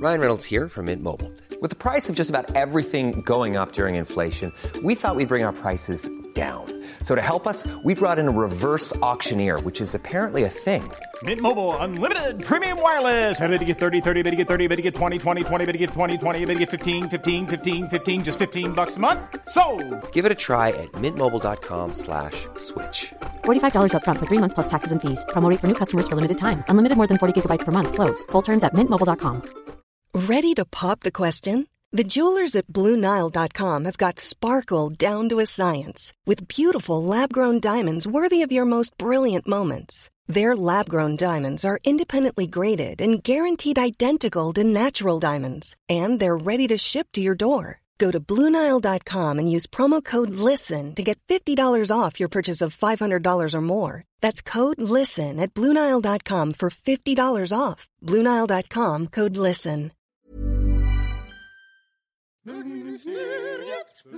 Ryan Reynolds here from Mint Mobile. With the price of just about everything going up during inflation, we thought we'd bring our prices down. So to help us, we brought in a reverse auctioneer, which is apparently a thing. Mint Mobile Unlimited Premium Wireless. How to get 30, 30, bit to get 30, bit to get 20, 20, 20, bit to get 20, 20, bit to get 15, 15, 15, 15, just $15 a month? Sold! Give it a try at mintmobile.com/switch. $45 up front for 3 months plus taxes and fees. Promo rate for new customers for limited time. Unlimited more than 40 gigabytes per month. Slows full terms at mintmobile.com. Ready to pop the question? The jewelers at BlueNile.com have got sparkle down to a science with beautiful lab-grown diamonds worthy of your most brilliant moments. Their lab-grown diamonds are independently graded and guaranteed identical to natural diamonds, and they're ready to ship to your door. Go to BlueNile.com and use promo code LISTEN to get $50 off your purchase of $500 or more. That's code LISTEN at BlueNile.com for $50 off. BlueNile.com, code LISTEN. Bögministeriet.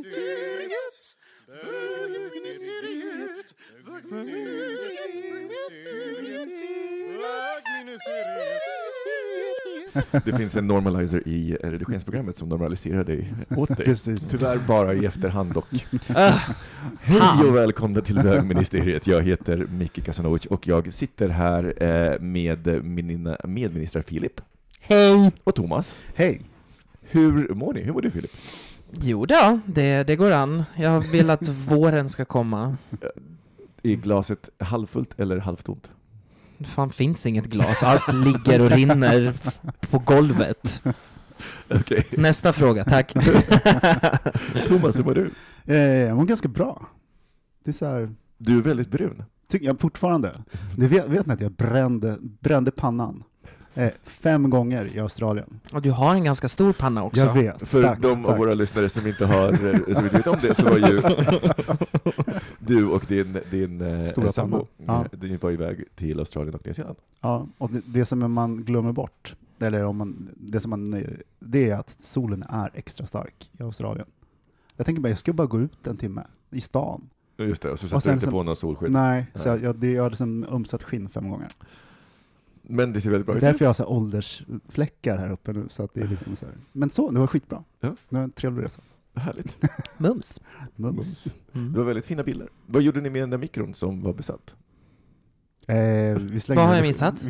Det finns en normalizer i redigeringsprogrammet som normaliserar dig åt dig. Precis. Tyvärr bara i efterhand dock. Hej och välkomna till Bögministeriet. Jag heter Micke Kasanovic och jag sitter här med min medminister Filip. Hej! Och Thomas. Hej! Hur mår ni? Hur mår du, Filip? Jo då, det går an. Jag vill att våren ska komma. Är glaset halvfullt eller halvtomt? Det fan finns inget glas. Allt ligger och rinner på golvet. Okay. Nästa fråga, tack. Thomas, hur mår du? Jag mår ganska bra. Det är så här... Du är väldigt brun. Tycker jag fortfarande. Det vet ni att jag brände pannan 5 gånger i Australien. Och du har en ganska stor panna också. Jag vet. För tack, de av våra lyssnare som inte vet om det, så var ju du och din stora sambo, ja. Ni var iväg till Australien och Nya Zeeland. Ja, och det som man glömmer bort, eller det är att solen är extra stark i Australien. Jag tänker bara, jag ska bara gå ut en timme i stan. Just det, och så sätter du inte på någon solskydd. Nej, så jag hade som umsatt skinn 5 gånger. Men det ser väldigt bra ut. Det är därför jag har så åldersfläckar här uppe nu, så att det är liksom så här. Men så, det var skitbra. Ja. Det var en trevlig resa. Härligt. Mums. Det var väldigt fina bilder. Vad gjorde ni med den där mikron som var besatt? Vad har jag missat?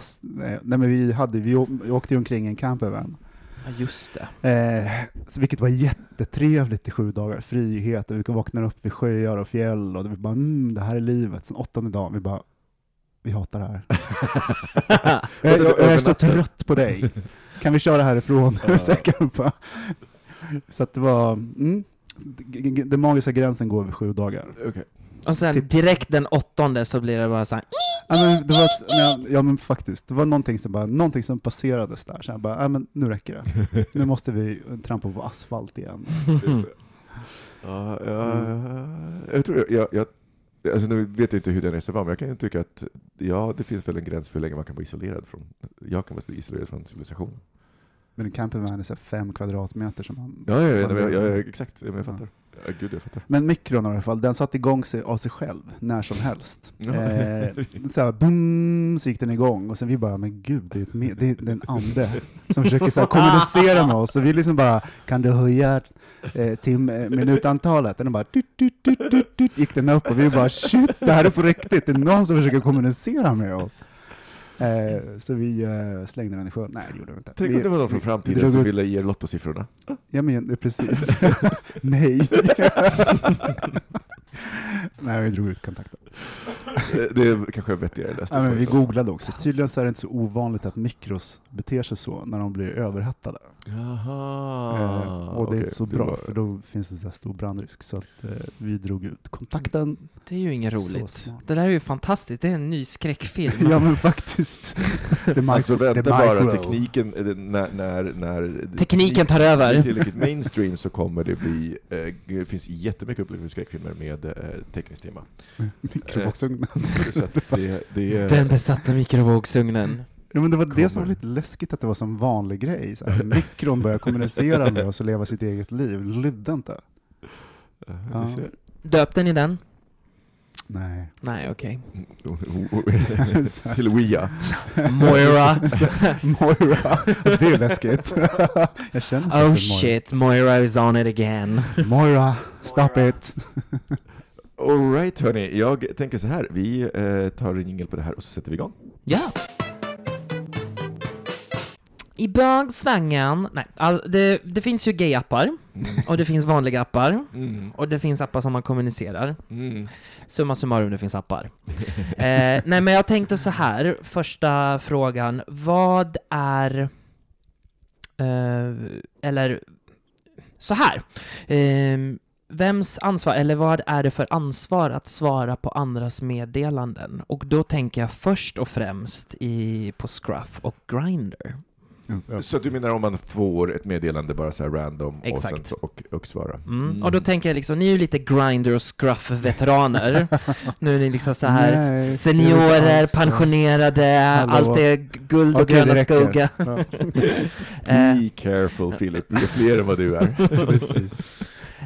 Vi åkte ju omkring en campervan. Ja, just det. Vilket var jättetrevligt i 7 dagar. Frihet, och vi vaknar upp vid sjöar och fjäll, och vi bara, det här är livet. Sen 8:e dagen, vi hatar det här. jag är så trött på dig. Kan vi köra härifrån? Så att det var... den magiska gränsen går vid 7 dagar. Okay. Och sen direkt den 8:e så blir det bara så här... men faktiskt. Det var någonting som passerades där. Så jag bara, men nu räcker det. Nu måste vi trampa på asfalt igen. Just det. Jag tror... Alltså nu vet jag inte hur den resan var, men jag kan ju tycka att det finns väl en gräns för hur länge man kan vara isolerad från. Jag kan vara isolerad från civilisation. Men en campervan är så 5 kvadratmeter som man... Ja, exakt. Jag fattar. Ja, gud, jag fattar. Men mikron i alla fall, den satt igång av sig själv när som helst. Så här, boom, så gick den igång. Och sen vi bara, men gud, det är en ande som försöker så här kommunicera med oss. Och vi liksom bara, kan du höja minutantalet? Den bara, gick den upp, och vi bara, shit, det här är på riktigt. Det är någon som försöker kommunicera med oss. Så vi slängde den i sjön. Nej, det gjorde vi inte. Tänk om det var någon från framtiden som ville ge lottosiffrorna. Ja, men det är precis. Nej. Nej, vi drog ut kontakten. Det är kanske vettigare. Ja, men vi googlade också. Tydligen så är det inte så ovanligt att mikros beter sig så när de blir överhettade. Jaha. Och det är inte så bra, för då finns det så här stor brandrisk. Så att vi drog ut kontakten. Det är ju inget roligt. Det där är ju fantastiskt. Det är en ny skräckfilm. Ja, men faktiskt. Alltså vänta bara, tekniken när tekniken tar över. Tillräckligt mainstream så kommer det bli det finns jättemycket upplevelse skräckfilmer med tekniskt tema. Mikrovågsugnen. Den besatta mikrovågsugnen. Ja, men det var det som var lite läskigt, att det var som vanlig grej. Så här, mikron börjar kommunicera med oss och leva sitt eget liv. Lydde inte. Döpte ni den? Nej, okej. Till Wia. Moira. Moira. Det är läskigt. Jag känner inte Oh Moira. shit, Moira is on it again. Moira, stop it. All right, hörni. Jag tänker så här. Vi tar en jingle på det här och så sätter vi igång. Ja. I bögsvängen, det finns ju gay-appar, och det finns vanliga appar, och det finns appar som man kommunicerar. Summa summarum, det finns appar. Nej, men jag tänkte så här, första frågan, vad är, eller så här, vems ansvar, eller vad är det för ansvar att svara på andras meddelanden? Och då tänker jag först och främst på Scruff och Grindr. Så du menar om man får ett meddelande bara så här random Exakt. och sen och svara? Och då tänker jag liksom, ni är ju lite Grindr och Scruff-veteraner. Nu är ni liksom så här seniorer, pensionerade, allt är guld och gröna skogar. Be careful, Philip. Vi är fler än vad du är. Precis.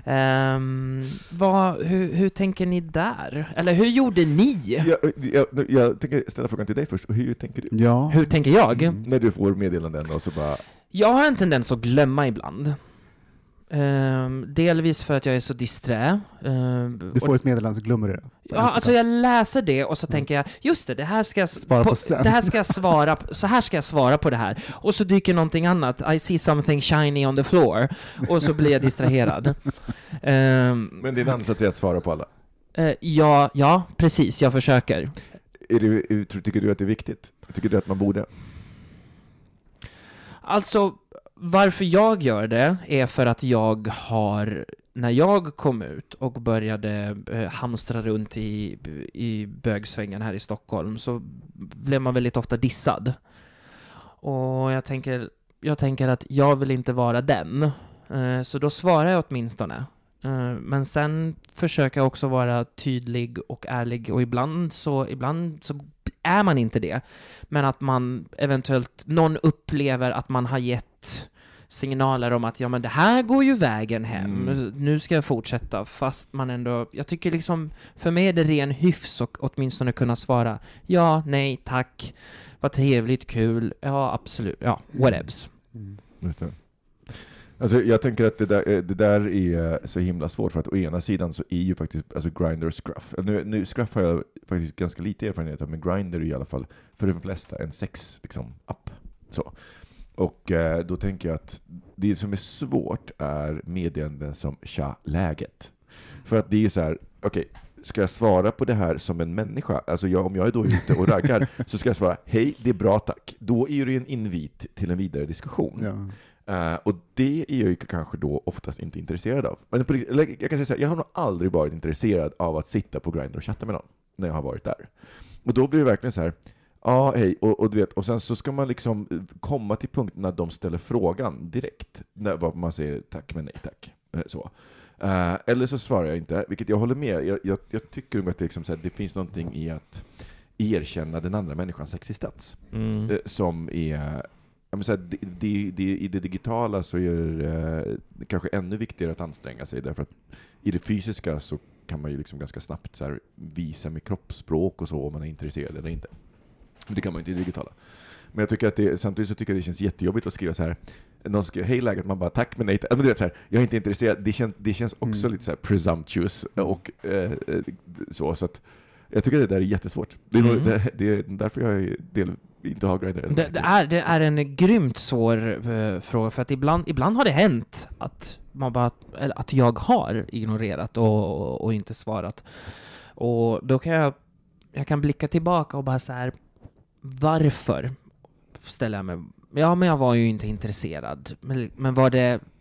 Hur tänker ni där? Eller hur gjorde ni? Jag tänker ställa frågan till dig först. Hur tänker du? Ja. Hur tänker jag? När du får meddelanden och så bara... Jag har en tendens att glömma ibland. Delvis för att jag är så disträ. Du får ett meddelande så glömmer du det. Ja, alltså jag läser det och så tänker jag, just det, det här ska jag svara, så här ska jag svara på det här. Och så dyker någonting annat. I see something shiny on the floor. Och så blir jag distraherad. Men det är en ansats att svara på alla? Ja, precis. Jag försöker. Tycker du att det är viktigt? Tycker du att man borde? Alltså, varför jag gör det är för att när jag kom ut och började hamstra runt i bögsvängen här i Stockholm, så blev man väldigt ofta dissad. Och jag tänker att jag vill inte vara den. Så då svarar jag åtminstone. Men sen försöker jag också vara tydlig och ärlig, och ibland så är man inte det. Men att man eventuellt, någon upplever att man har gett signaler om att ja, men det här går ju vägen hem. Nu ska jag fortsätta, fast man ändå, jag tycker liksom, för mig är det ren hyfs och åtminstone kunna svara ja, nej, tack, vad trevligt, kul, ja, absolut, ja, whatevs. Just det. Alltså jag tänker att det där är så himla svårt, för att å ena sidan så är ju faktiskt alltså Grindr och Scruff. Nu Scruff har jag faktiskt ganska lite erfarenhet av, men Grindr är i alla fall för de flesta en sex liksom app. Så. Och då tänker jag att det som är svårt är meddelanden som tja, läget. För att det är så här, okej, ska jag svara på det här som en människa? Alltså om jag är då ute och raggar så ska jag svara, hej, det är bra, tack. Då är det en invit till en vidare diskussion. Ja. Och det är jag ju kanske då oftast inte intresserad av. Men jag kan säga så här, jag har nog aldrig varit intresserad av att sitta på Grindr och chatta med någon när jag har varit där. Och då blir det verkligen så här, ja, hej, och du vet, och sen så ska man liksom komma till punkten när de ställer frågan direkt. När man säger tack, men nej tack. Så. Eller så svarar jag inte, vilket jag håller med. Jag tycker att det, liksom så här, det finns någonting i att erkänna den andra människans existens. Som är... Så här, i det digitala så är det kanske ännu viktigare att anstränga sig, därför att i det fysiska så kan man ju liksom ganska snabbt så här visa med kroppsspråk och så om man är intresserad eller inte. Det kan man inte i det digitala. Men jag tycker att samtidigt så tycker jag det känns jättejobbigt att skriva så här, någon skriver hej läget, man bara tack men nej. Men det är så här, jag är inte intresserad. Det känns också lite så här presumptuous och så att jag tycker att det där är jättesvårt. Det är därför jag inte har Grindr. Det är en grymt svår fråga, för att ibland har det hänt att att jag har ignorerat och inte svarat. Och då kan jag kan blicka tillbaka och bara så här, varför ställer jag mig? Ja, men jag var ju inte intresserad. Men var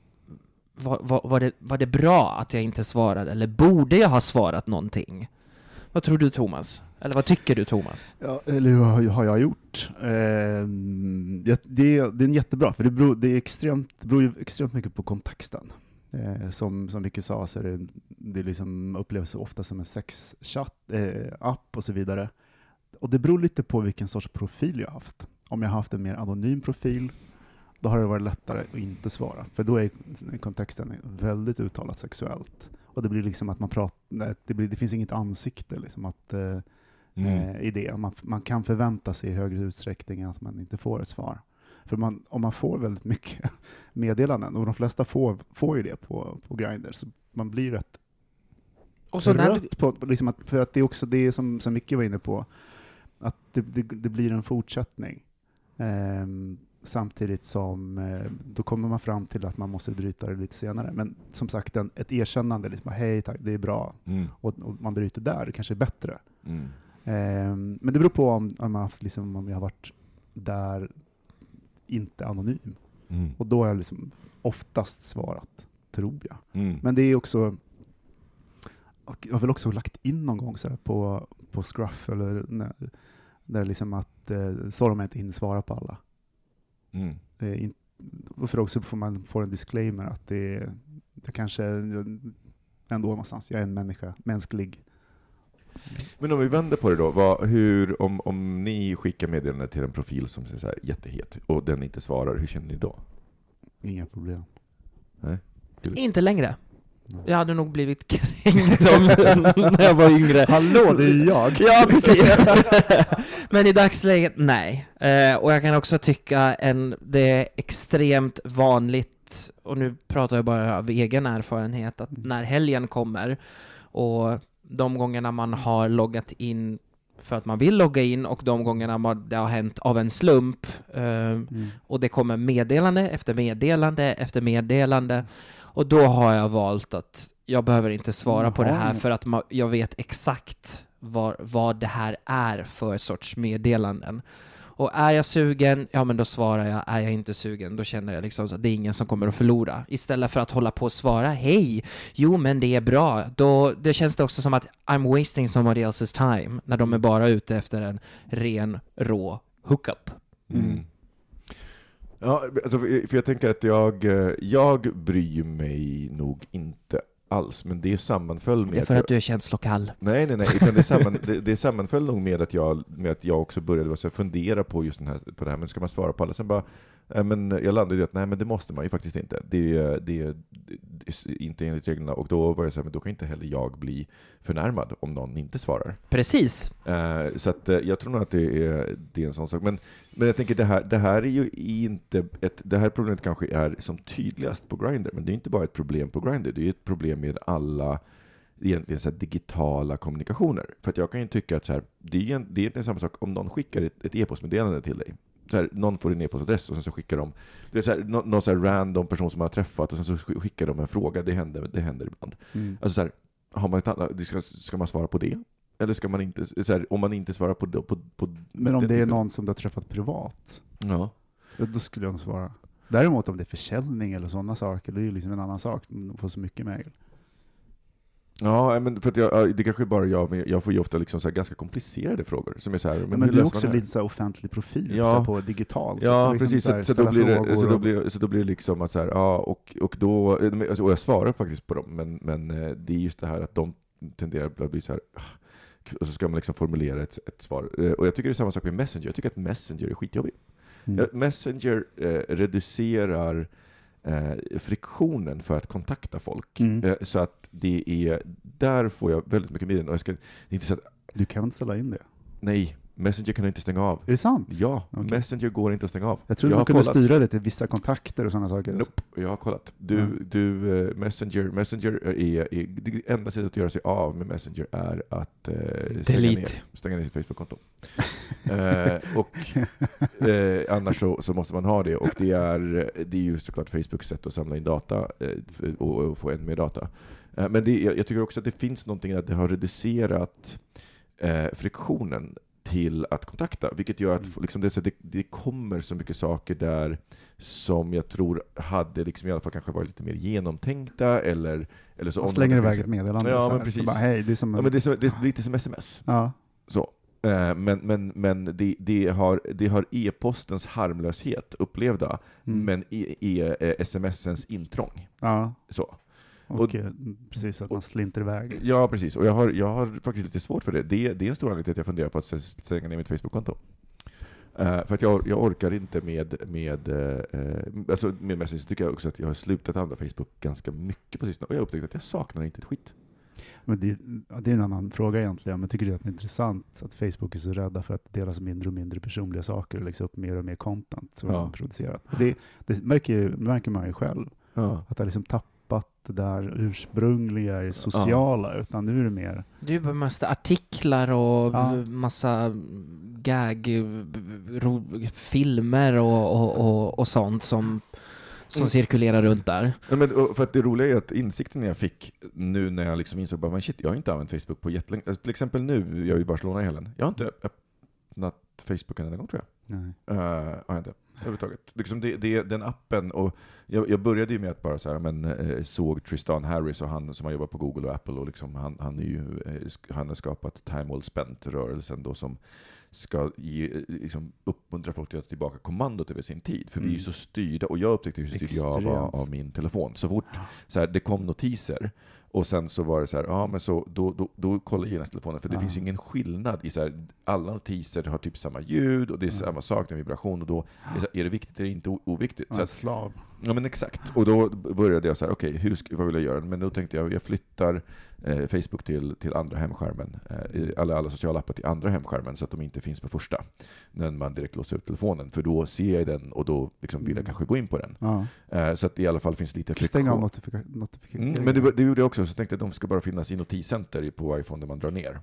det bra att jag inte svarade, eller borde jag ha svarat någonting? Vad tror du, Thomas? Eller vad tycker du, Thomas? Ja, eller hur har jag gjort? Det är en jättebra, för det beror ju extremt mycket på kontexten. Som Vicky sa, så är det liksom upplevs ofta som en sexchatt app och så vidare. Och det beror lite på vilken sorts profil jag har haft. Om jag har haft en mer anonym profil, då har det varit lättare att inte svara. För då är kontexten väldigt uttalat sexuellt. Och det blir liksom att man det finns inget ansikte liksom, att, i det. Man kan förvänta sig i högre utsträckning att man inte får ett svar. För om man får väldigt mycket meddelanden, och de flesta får ju det på Grindr, så man blir rätt och så trött på, liksom för att det är också det som Micke var inne på, att det blir en fortsättning. Samtidigt som då kommer man fram till att man måste bryta det lite senare. Men som sagt, ett erkännande, liksom, hej tack, det är bra. Och man bryter där, det kanske är bättre. Men det beror på om jag har varit där inte anonym. Och då har jag liksom oftast svarat, tror jag. Men det är också, och jag har väl också lagt in någon gång så här på Scruff, eller där liksom att så de inte hinner svara på alla. För också får man få en disclaimer att det kanske ändå någonstans, jag är en människa, mänsklig. Men om vi vänder på det då, om ni skickar meddelande till en profil som är så här jättehet och den inte svarar, hur känner ni då? Inga problem. Nej. Inte längre. Jag hade nog blivit kränkt när jag var yngre. Hallå, det är jag. Ja, precis. Men i dagsläget, nej. Och jag kan också tycka det är extremt vanligt, och nu pratar jag bara av egen erfarenhet, att när helgen kommer och de gångerna man har loggat in för att man vill logga in, och de gångerna det har hänt av en slump, och det kommer meddelande efter meddelande efter meddelande, och då har jag valt att jag behöver inte svara på det här, för att jag vet exakt vad det här är för sorts meddelanden. Och är jag sugen, ja men då svarar jag. Är jag inte sugen, då känner jag liksom att det är ingen som kommer att förlora. Istället för att hålla på och svara, hej, jo men det är bra. Det känns det också som att I'm wasting somebody else's time, när de är bara ute efter en ren, rå hookup. Ja, alltså, för jag tänker att jag bryr mig nog inte alls, men det sammanföll med... Det är för att du är känslokall. Nej, utan det sammanföll nog med att jag också började fundera på just på det här, men ska man svara på alla? Sen bara, men jag landade i att nej, men det måste man ju faktiskt inte. Det är inte enligt reglerna, och då var jag så här, men då kan inte heller jag bli förnärmad om någon inte svarar. Precis. Så att jag tror nog att det är en sån sak. Men jag tänker, det här är ju inte det här problemet kanske är som tydligast på Grindr, men det är inte bara ett problem på Grindr, det är ett problem med alla egentligen så här digitala kommunikationer. För att jag kan ju tycka att så här, det är egentligen samma sak om någon skickar ett e-postmeddelande till dig. Så här, någon får en e-postadress och sen så skickar de, det är så här, någon så här random person som man har träffat, och sen så skickar de en fråga. Det händer ibland. Alltså så här, har man ett annat, ska man svara på det? Eller ska man inte, så här, om man inte svarar på men om det är någon som du har träffat privat, då skulle jag nog svara. Däremot om det är försäljning eller sådana saker, det är ju liksom en annan sak. Man får så mycket mejl. Ja, men för att det kanske bara jag får ju ofta liksom så här ganska komplicerade frågor som är så här, men du är också lite så här offentlig profil, så här på digitalt. Ja, liksom precis. Så då blir det liksom att så här, ja, och då, och jag svarar faktiskt på dem, men det är just det här att de tenderar att bli så här, och så ska man liksom formulera ett svar. Och jag tycker det är samma sak med Messenger. Jag tycker att Messenger är skitjobbig. Messenger reducerar friktionen för att kontakta folk. Så att där får jag väldigt mycket meddelanden. Det är inte så att, du kan inte ställa in det. Nej, Messenger kan du inte stänga av. Är det sant? Ja, okay. Messenger går inte att stänga av. Jag tror du kunde styra det till vissa kontakter och sådana saker. Nope, jag har kollat. Messenger är det enda sättet att göra sig av med Messenger är att stänga ner sitt Facebook-konto. Annars så måste man ha det, och det är ju såklart Facebooks sätt att samla in data och få ännu mer data. Men jag tycker också att det finns någonting att det har reducerat friktionen till att kontakta, vilket gör att liksom det kommer så mycket saker där som jag tror hade liksom i alla fall kanske varit lite mer genomtänkta, eller så. Man slänger iväg ett meddelande. Ja, men precis. Bara, hej, det är som det är lite som sms. Ja. Så. Men det har e-postens harmlöshet upplevda, men smsens intrång. Ja. Så. Och precis, att man slinter iväg. Ja, precis. Och jag har faktiskt lite svårt för det. Det är en stor anledning till att jag funderar på att stänga ner mitt Facebook-konto. För att jag orkar inte med Messenger, så tycker jag också att jag har slutat använda Facebook ganska mycket på sistone. Och jag har upptäckt att jag saknar inte ett skit. Men det är en annan fråga egentligen. Men tycker du att det är intressant att Facebook är så rädda för att deras mindre och mindre personliga saker och lägga upp mer och mer content som de producerat? Det märker man ju själv. Ja. Att det liksom tappat det där ursprungliga sociala, utan nu är det mer... Det är bara massa artiklar och massa filmer och sånt som cirkulerar runt där. Ja, men för att det roliga är att insikten jag fick nu när jag liksom insåg bara, shit, jag har inte använt Facebook på jättelänge. Alltså, till exempel nu, jag är i Barcelona i helgen. Jag har inte öppnat Facebook en enda gång, tror jag. Nej. Har jag inte. Överhuvudtaget. Liksom den appen, och jag började ju med att bara så här, såg Tristan Harris och han som har jobbat på Google och Apple, och liksom han har skapat Time Well Spent-rörelsen då, som ska liksom uppmuntra folk till att ta tillbaka kommandot över sin tid. För vi är ju så styrda, och jag upptäckte hur styrd jag var av min telefon. Så fort så här, det kom notiser, och sen så var det så här, men så då kollar jag genast telefonen, för det finns ju ingen skillnad i så här, alla notiser har typ samma ljud, och det är samma sak, en vibration, och då är det viktigt eller inte oviktigt. Så att, slav. Ja, men exakt. Och då började jag så här, okej, vad vill jag göra? Men då tänkte jag flyttar Facebook till andra hemskärmen, alla sociala appar till andra hemskärmen, så att de inte finns på första när man direkt låser upp telefonen, för då ser jag den, och då liksom vill jag kanske gå in på den. Så att i alla fall finns lite friktion. Stäng av notifikationer. Men det gjorde jag också, så tänkte jag att de ska bara finnas i notiscenter på iPhone där man drar ner.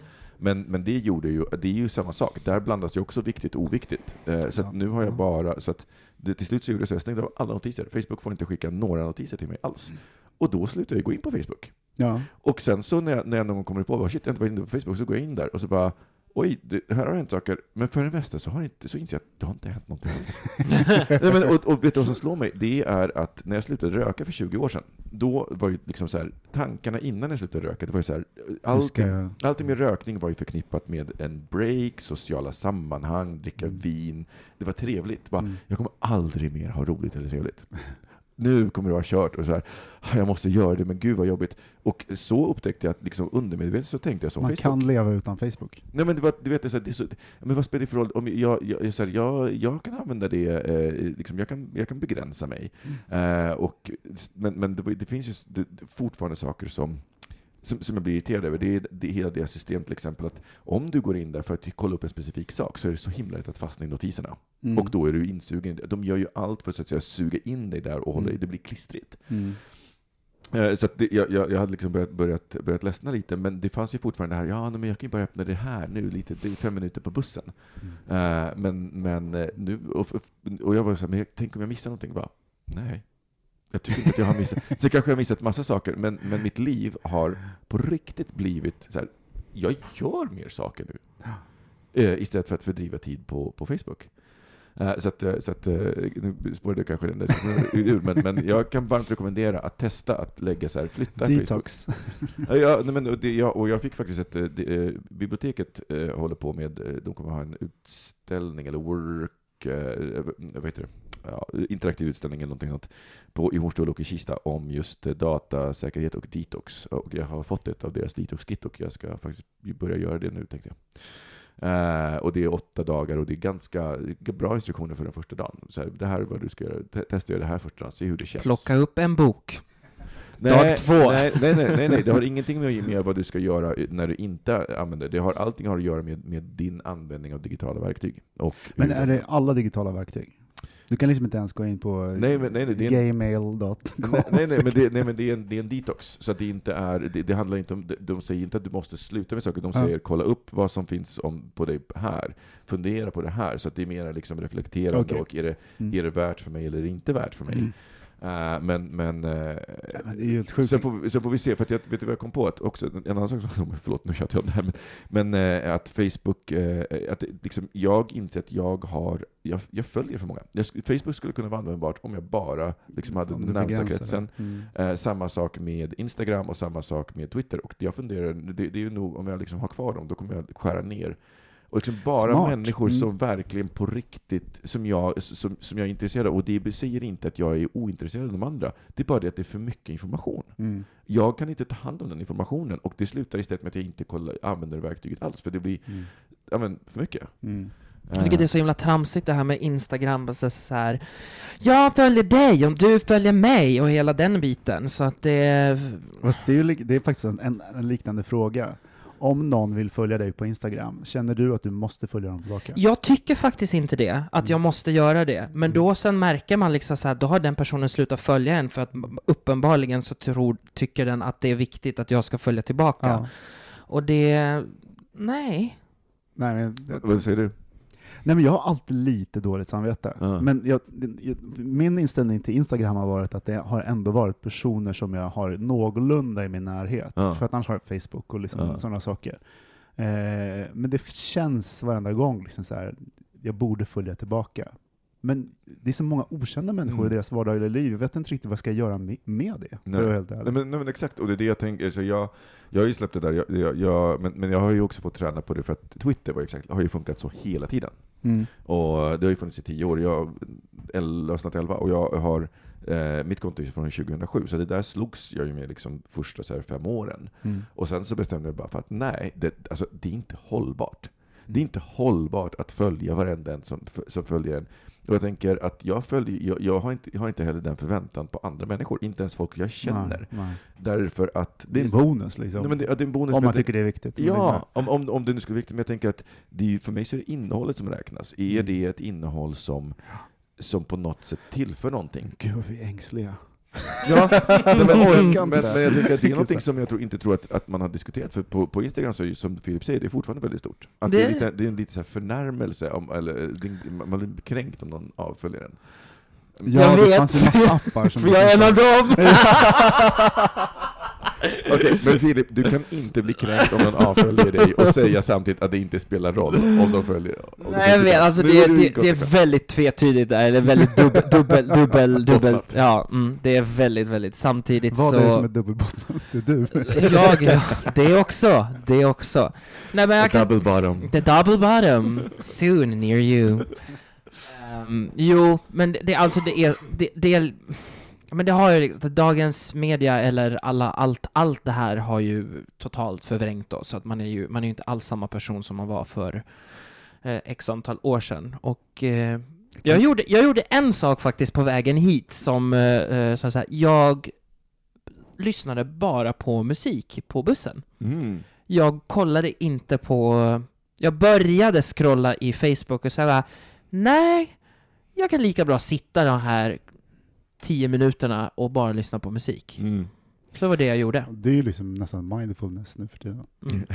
Men det är ju samma sak. Där blandas ju också viktigt och oviktigt. Så att nu har jag bara, så att till slut så gjorde jag så, jag stängde av alla notiser. Facebook får inte skicka några notiser till mig alls. Och då slutar jag gå in på Facebook. Ja. Och sen så när jag någon gång kommer på, shit, jag inte var inne på Facebook, så går jag in där och så bara, oj, här har hänt saker. Men för en väster så inser jag att det har inte hänt någonting alls. Nej, men, och vet du vad som slår mig? Det är att när jag slutade röka för 20 år sedan, då var ju liksom så här, tankarna innan jag slutade röka, det var ju så här, allting med rökning var ju förknippat med en break, sociala sammanhang, dricka vin. Det var trevligt. Jag kommer aldrig mer ha roligt eller trevligt. Nu kommer det vara kört, och så här, jag måste göra det, men gud vad jobbigt. Och så upptäckte jag att liksom undermedvetet så tänkte jag som man Facebook. Kan leva utan Facebook. Nej, men du vet, det är så, men vad spelar det för roll om jag kan använda det, liksom, jag kan begränsa mig. Men det finns ju fortfarande saker som jag blir irriterad över. Det är hela det system, till exempel, att om du går in där för att kolla upp en specifik sak, så är det så himla lätt att fastna i notiserna. Och då är du insugen. De gör ju allt för att säga, suga in dig där och hålla dig. Det blir klistrigt. Så att jag hade liksom börjat ledsna lite, men det fanns ju fortfarande det här, men jag kan ju bara öppna det här nu lite, det är 5 minuter på bussen. Men nu, och jag var så här, men tänk om jag missar någonting, bara, nej. Jag tycker inte att jag har missat. Så kanske jag har missat massa saker, men mitt liv har på riktigt blivit så här, jag gör mer saker nu. Istället för att fördriva tid på Facebook. Så att nu spårade jag kanske den där ur, men jag kan varmt rekommendera att testa att lägga så här, flytta detox. Och jag fick faktiskt biblioteket håller på med, de kommer ha en utställning eller work, vad heter det? Interaktiv utställning eller någonting sånt i Hornstull och i Kista om just datasäkerhet och detox. Och jag har fått ett av deras detox-kit, och jag ska faktiskt börja göra det nu, tänkte jag. Och det är 8 dagar, och det är ganska bra instruktioner för den första dagen. Så här, det här är vad du ska göra. Testa det här första dagen, se hur det känns. Plocka upp en bok. Dag 2. Nej. Det har ingenting med vad du ska göra när du inte använder det. Allting har att göra med din användning av digitala verktyg. Men är det alla digitala verktyg? Du kan liksom inte ens gå in på gaymail.com. Nej, men det är en detox. Så att det inte är, det handlar inte om, de säger inte att du måste sluta med saker. De säger kolla upp vad som finns på dig här. Fundera på det här. Så att det är mer liksom reflekterande. Och är det värt för mig eller är det inte värt för mig? Men det är helt sjukt. Sen får vi se, för att vet du vad jag kom på? Att också, en annan sak som, förlåt, nu tjatar jag om det här, men att Facebook, att liksom, jag inser att jag följer för många. Facebook skulle kunna vara användbart om jag bara liksom hade den närmsta kretsen. Samma sak med Instagram och samma sak med Twitter. Och jag funderar, det är ju nog, om jag liksom har kvar dem, då kommer jag skära ner. Och liksom bara smart. Människor som verkligen på riktigt, som jag är intresserad av. Och det säger inte att jag är ointresserad av de andra. Det är bara det att det är för mycket information. Jag kan inte ta hand om den informationen. Och det slutar istället med att jag inte använder verktyget alls. För det blir för mycket. Jag tycker det är så himla tramsigt det här med Instagram, så här, jag följer dig om du följer mig och hela den biten, så att det... Fast det är faktiskt en liknande fråga. Om någon vill följa dig på Instagram, känner du att du måste följa dem tillbaka? Jag tycker faktiskt inte det, att jag måste göra det. Men då sen märker man liksom så här, då har den personen slutat följa en för att uppenbarligen så tycker den att det är viktigt att jag ska följa tillbaka. Ja. Och det... Nej. Vad säger du? Nej, men jag har alltid lite dåligt samvete. Ja. Men min inställning till Instagram har varit att det har ändå varit personer som jag har någorlunda i min närhet. Ja. För att annars har jag Facebook och liksom sådana saker. Men det känns varenda gång liksom så här, jag borde följa tillbaka. Men det är så många okända människor i deras vardagliga liv. Jag vet inte riktigt vad jag ska göra med det. Nej, men exakt, och det är det jag tänker. Så jag har ju släppt det där, men jag har ju också fått träna på det för att Twitter har ju funkat så hela tiden. Och det har ju funnits i 10 år. Jag är snart 11 och jag har mitt konto från 2007, så det där slogs jag ju med liksom första så här 5 åren. Och sen så bestämde jag bara för att nej, det är inte hållbart. Det är inte hållbart att följa varenda en som följer en. Och jag tänker att jag har inte heller den förväntan på andra människor, inte ens folk jag känner. Nej. Därför att det är en bonus liksom. Nej, det är en bonus, om man tycker det är viktigt. Ja, om det nu skulle vara viktigt, men jag tänker att det är ju, för mig så är det innehållet som räknas. Är det ett innehåll som på något sätt tillför någonting? Gud vad vi är ängsliga. Ja, men jag tycker att det är någonting som jag inte tror att man har diskuterat. För på Instagram så är ju, som Filip säger, det är fortfarande väldigt stort. Att det är en lite så här förnärmelse, man blir kränkt om någon avföljer den. Ja, det fanns en massa appar som... För jag är en av dem! Okej, men Filip, du kan inte bli kränkt om någon avföljer dig och säga samtidigt att det inte spelar roll om de följer. Nej, jag vet, alltså det är väldigt tvetydigt där, eller väldigt dubbelt, ja, det är väldigt, väldigt, samtidigt vad så... Vad är det som är dubbelbotten? Det är du. det också. Nej, men The double bottom, soon near you. Jo, men det är men det har ju liksom, dagens media eller allt det här har ju totalt förvrängt oss, så att man är ju inte alls samma person som man var för x antal år sedan. Och jag gjorde en sak faktiskt på vägen hit som så att säga, jag lyssnade bara på musik på bussen. Jag kollade inte på, jag började scrolla i Facebook och säga nej, jag kan lika bra sitta de här 10 minuterna och bara lyssna på musik. Så var det jag gjorde. Det är ju liksom nästan mindfulness nu för tiden.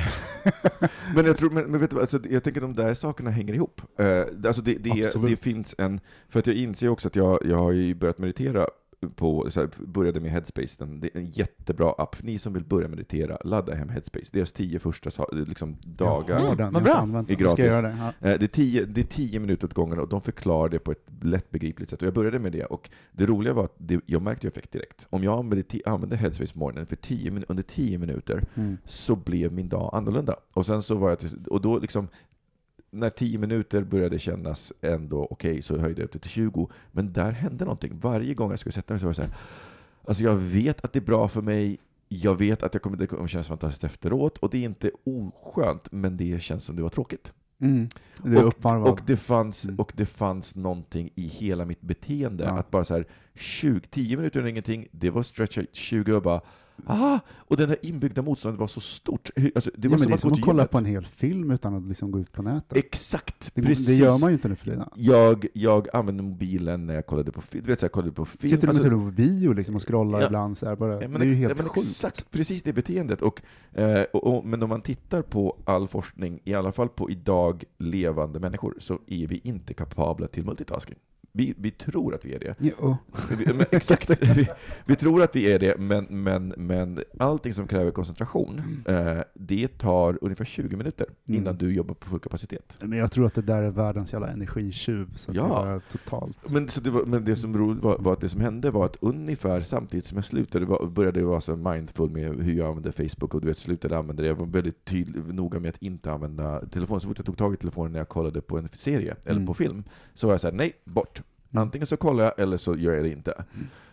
Men jag tror, men vet du, alltså, jag tänker att de där sakerna hänger ihop. Alltså det finns en, för att jag inser också att jag har ju börjat meditera på, så här, började med Headspace. Det är en jättebra app. Ni som vill börja meditera, ladda hem Headspace. Deras 10 första liksom, dagar är gratis. Det är 10 minuter åt gången och de förklarar det på ett lättbegripligt sätt. Och jag började med det, och det roliga var att jag märkte effekt direkt. Om jag använde Headspace på morgonen för under 10 minuter så blev min dag annorlunda. Och sen så var och då liksom, när 10 minuter började kännas ändå okej, så höjde jag upp det till 20. Men där hände någonting. Varje gång jag skulle sätta mig så var det så här, alltså jag vet att det är bra för mig. Jag vet att det kommer kännas fantastiskt efteråt. Och det är inte oskönt, men det känns som det var tråkigt. Det är uppvarvad. Och det fanns någonting i hela mitt beteende. Att bara så här, 10 minuter är ingenting. Det var stretcha 20 och bara... och den här inbyggda motståndet var så stort. Alltså, det var men det är som att kolla på en hel film utan att liksom gå ut på nätet. Exakt, precis. Det gör man ju inte nu för tiden. Jag använde mobilen när jag kollade på film. Jag kollade på film. Sitter du med bio liksom och scrollar ibland så här bara. Det är ju helt sjukt. Exakt, precis det beteendet. Men om man tittar på all forskning, i alla fall på idag levande människor, så är vi inte kapabla till multitasking. Vi tror att vi är det. Exakt. Vi tror att vi är det, men allting som kräver koncentration, det tar ungefär 20 minuter innan du jobbar på full kapacitet. Men jag tror att det där är världens jävla energitjuv, så det var totalt. Men det som roligt var att det som hände var att ungefär samtidigt som jag slutade började jag vara så mindful med hur jag använde Facebook, och slutade använda det. Jag var väldigt tydlig, noga med att inte använda telefonen. Så fort jag tog tag i telefonen när jag kollade på en serie eller på film, så var jag så här, nej, bort. Antingen så kollar jag eller så gör jag det inte.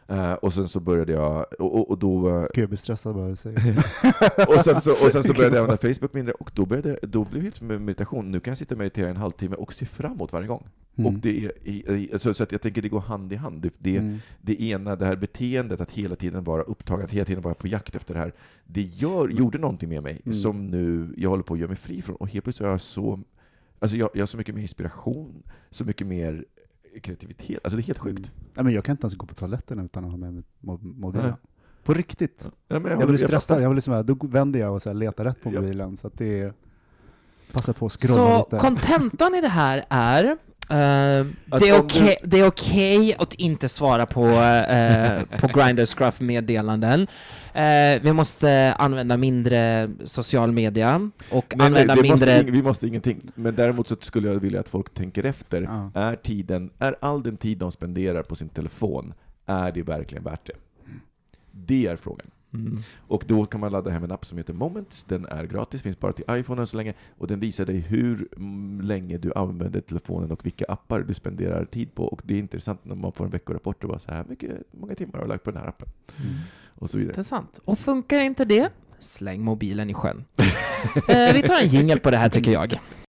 Och sen så började jag, och då... Gud, jag blir stressad bara att säga. och sen så började jag använda Facebook mindre, och då blev det helt med meditation. Nu kan jag sitta och meditera en halvtimme och se framåt varje gång. Och det är, så att jag tänker det går hand i hand. Det ena, det här beteendet att hela tiden vara upptagen, att hela tiden vara på jakt efter det här, det gjorde någonting med mig som nu jag håller på att göra mig fri från. Och helt plötsligt är jag så... Alltså jag har så mycket mer inspiration, så mycket mer kreativitet. Alltså det är helt sjukt. Men jag kan inte ens gå på toaletten utan att ha med mobilen. På riktigt. Ja, jag blir stressad. Jag blir liksom, då vänder jag och så här, letar rätt på mobilen. Så att det passar på att scrolla lite. Så kontentan i det här är det är okej att inte svara på Grindr Scruff meddelanden. Vi måste använda mindre social media och använda mindre... Vi måste ingenting. Men däremot så skulle jag vilja att folk tänker efter. Är all den tid de spenderar på sin telefon, är det verkligen värt det? Det är frågan. Och då kan man ladda hem en app som heter Moments. Den är gratis, finns bara till iPhone än så länge, och den visar dig hur länge du använder telefonen och vilka appar du spenderar tid på. Och det är intressant när man får en veckorapport och bara så här många timmar har jag lagt på den här appen. Och så vidare. Intressant. Och funkar inte det? Släng mobilen i sjön. Vi tar en jingle på det här, tycker jag.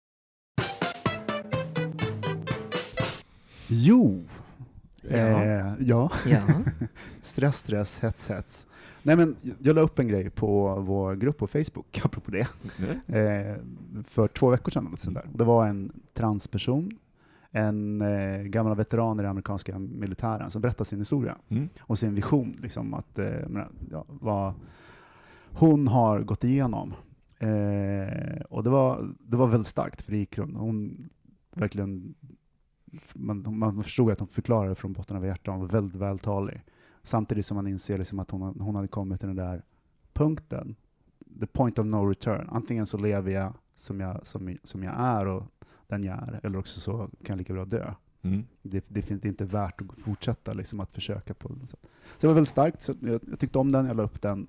Jo. Ja. Stress, hets. Nej, men jag la upp en grej på vår grupp på Facebook, apropå det, för 2 veckor sedan. Det var en transperson, en gammal veteran i den amerikanska militären som berättade sin historia och sin vision, liksom, att vad hon har gått igenom. Och det var väldigt starkt, för det gick runt. Hon verkligen... Man förstod att hon förklarade från botten av hjärtat. Hon var väldigt vältalig. Samtidigt som man inser liksom att hon hade kommit till den där punkten. The point of no return. Antingen så lever jag som jag är och den jag är. Eller också så kan jag lika bra dö. Det finns inte värt att fortsätta liksom, att försöka på det. Så det var väldigt starkt. Så jag tyckte om den. Jag la upp den.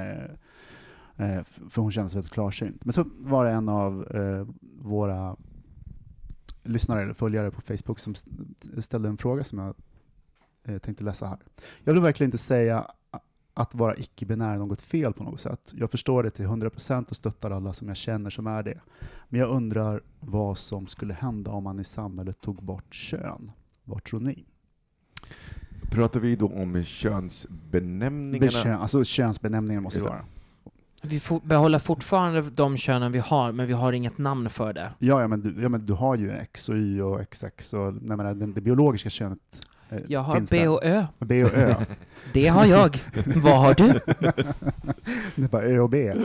För hon kändes väldigt klarsynt. Men så var det en av våra lyssnare eller följare på Facebook som ställde en fråga som jag tänkte läsa här. Jag vill verkligen inte säga att vara icke-binär är något fel på något sätt. Jag förstår det till 100% och stöttar alla som jag känner som är det. Men jag undrar vad som skulle hända om man i samhället tog bort kön. Vad tror ni? Pratar vi då om könsbenämningarna? Alltså könsbenämningen måste vara. Vi behåller fortfarande de könen vi har, men vi har inget namn för det. Ja, men du har ju X och Y och XX och det biologiska könet. Jag har B och Ö. B och Ö. Det har jag. Vad har du? Det är bara Ö och B.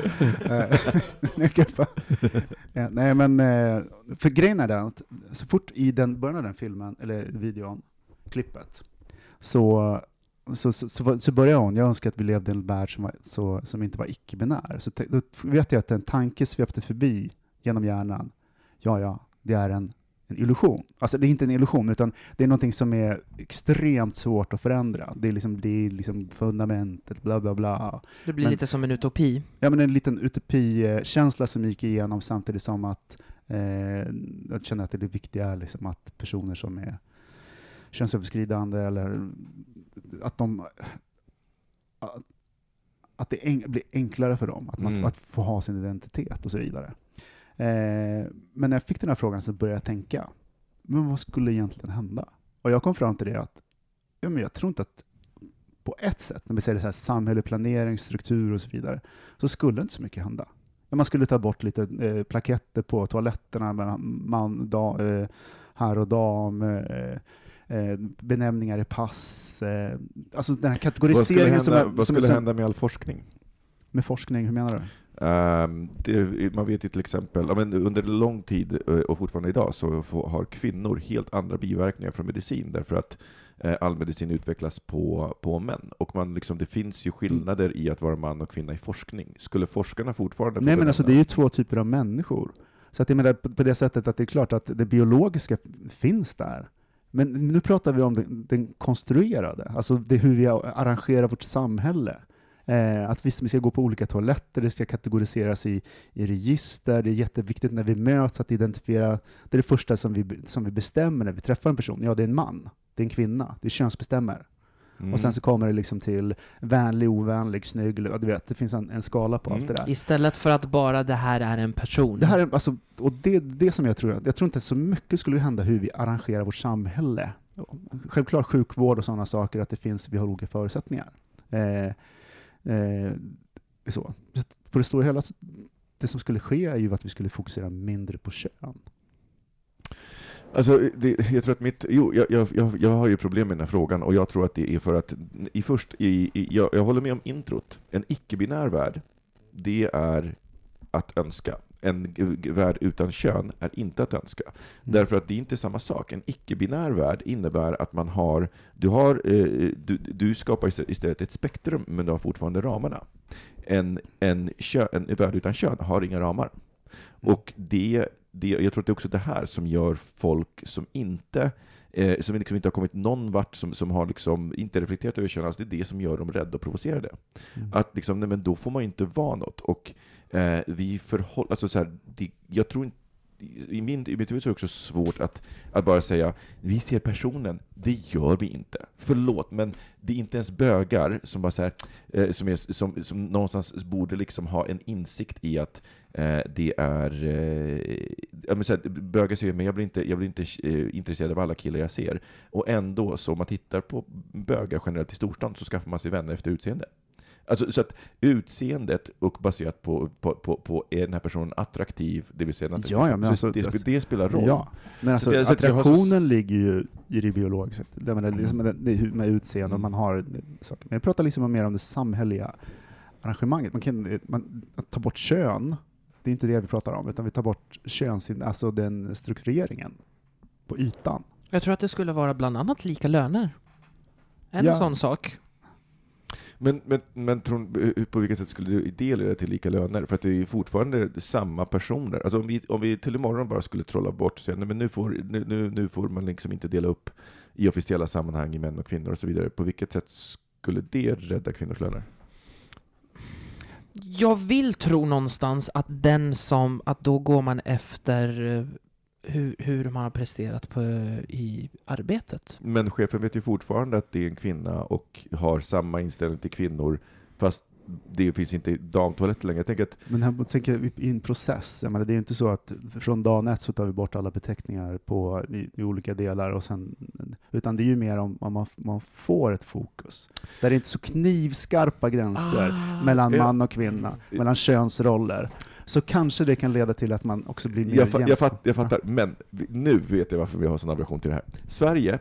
Nej, men för grejen är det att så fort i den början av den filmen eller videon, klippet, så börjar hon. Jag önskar att vi levde i en värld som inte var icke-binär. Så då vet jag att en tanke svepte förbi genom hjärnan. Ja, det är en illusion. Alltså det är inte en illusion, utan det är någonting som är extremt svårt att förändra. Det är liksom fundamentet, bla bla bla. Det blir lite som en utopi. Ja, men en liten utopi-känsla som gick igenom, samtidigt som att jag känner att det viktiga är liksom att personer som är könsöverskridande eller att det blir enklare för dem att få ha sin identitet och så vidare. Men när jag fick den här frågan så började jag tänka, men vad skulle egentligen hända? Och jag kom fram till det att men jag tror inte att på ett sätt, när vi säger det så här, samhälle, planering, struktur och så vidare, så skulle inte så mycket hända. Men man skulle ta bort lite plaketter på toaletterna med herr och dam, benämningar i pass, alltså den här kategoriseringen. Vad skulle hända med all forskning? Med forskning, hur menar du? Man vet ju till exempel, under lång tid och fortfarande idag så har kvinnor helt andra biverkningar från medicin, därför att all medicin utvecklas på män. Och det finns ju skillnader i att vara man och kvinna i forskning. Skulle forskarna fortfarande... Nej, men alltså det är ju 2 typer av människor. Så att jag menar på det sättet att det är klart att det biologiska finns där. Men nu pratar vi om den konstruerade. Alltså det hur vi arrangerar vårt samhälle. Att vi ska gå på olika toaletter, det ska kategoriseras i register. Det är jätteviktigt när vi möts att identifiera. Det är det första som vi bestämmer när vi träffar en person. Ja, det är en man, det är en kvinna, det är könsbestämmer. Och sen så kommer det liksom till vänlig, ovänlig, snygg, du vet, det finns en skala på allt det där. Istället för att bara det här är en person. Det här är, alltså, och det som jag tror inte så mycket skulle hända hur vi arrangerar vårt samhälle. Självklart sjukvård och sådana saker, att vi har olika förutsättningar. Så. På det stora hela, det som skulle ske är ju att vi skulle fokusera mindre på kön. Alltså, jag tror att jag har ju problem med den här frågan, och jag tror att det är för att jag håller med om introt. En icke-binär värld, det är att önska. En värld utan kön är inte att önska. Därför att det är inte samma sak. En icke-binär värld innebär att du skapar istället ett spektrum, men du har fortfarande ramarna. En värld utan kön har inga ramar. Och jag tror att det är också det här som gör folk som inte har kommit någon vart, som har liksom inte reflekterat över kön, alltså det är det som gör dem rädda och provocerade. Att liksom, nej, men då får man inte vara något. Och alltså så här, jag tror inte, i mitt huvud är det också svårt att bara säga vi ser personen, det gör vi inte. Förlåt, men det är inte ens bögar som bara så här, som någonstans borde liksom ha en insikt i att det är så här, bögar säger, men jag blir inte intresserad av alla killar jag ser. Och ändå, så om man tittar på bögar generellt i storstan, så skaffar man sig vänner efter utseende. Alltså, så att utseendet och baserat på är den här personen attraktiv, det vill säga det spelar roll. Ja, men alltså attraktionen ligger ju i det biologiska. Det är med utseende och man har saker. Men jag pratar liksom mer om det samhälleliga arrangemanget. Man tar bort kön, det är inte det vi pratar om, utan vi tar bort alltså den struktureringen på ytan. Jag tror att det skulle vara bland annat lika löner. En sån sak. Men på vilket sätt skulle du dela till lika löner? För att det är fortfarande samma personer. Alltså om vi till imorgon bara skulle trolla bort och säga, nej, men nu får man liksom inte dela upp i officiella sammanhang i män och kvinnor och så vidare. På vilket sätt skulle det rädda kvinnors löner? Jag vill tro någonstans att att då går man efter hur man har presterat i arbetet. Men chefen vet ju fortfarande att det är en kvinna och har samma inställning till kvinnor, fast det finns inte damtoalett längre. Jag tänker att... Men här tänker vi i en process. Jag menar, det är ju inte så att från dag ett så tar vi bort alla beteckningar i olika delar, och sen, utan det är ju mer om man får ett fokus. Där det är inte så knivskarpa gränser mellan man och kvinna, mellan könsroller. Så kanske det kan leda till att man också blir mer jämställd. Jag fattar, men nu vet jag varför vi har sån aversion till det här. Sverige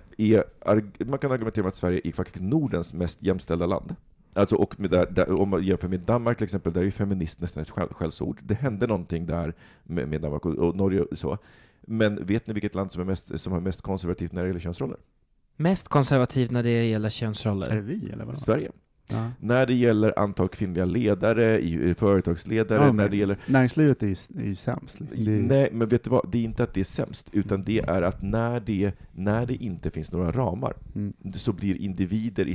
man kan argumentera med att Sverige är faktiskt Nordens mest jämställda land. Alltså, och om man jämför med Danmark till exempel, där är ju feminist nästan ett skällsord. Det hände någonting där med Danmark och Norge och så. Men vet ni vilket land som har mest konservativt när det gäller könsroller? Mest konservativt när det gäller könsroller? Är det vi eller vad? Sverige. Ja. När det gäller antal kvinnliga ledare, företagsledare, när det gäller... Näringslivet är ju sämst. Liksom. Nej, men vet du vad? Det är inte att det är sämst, utan det är att när det inte finns några ramar, så blir individer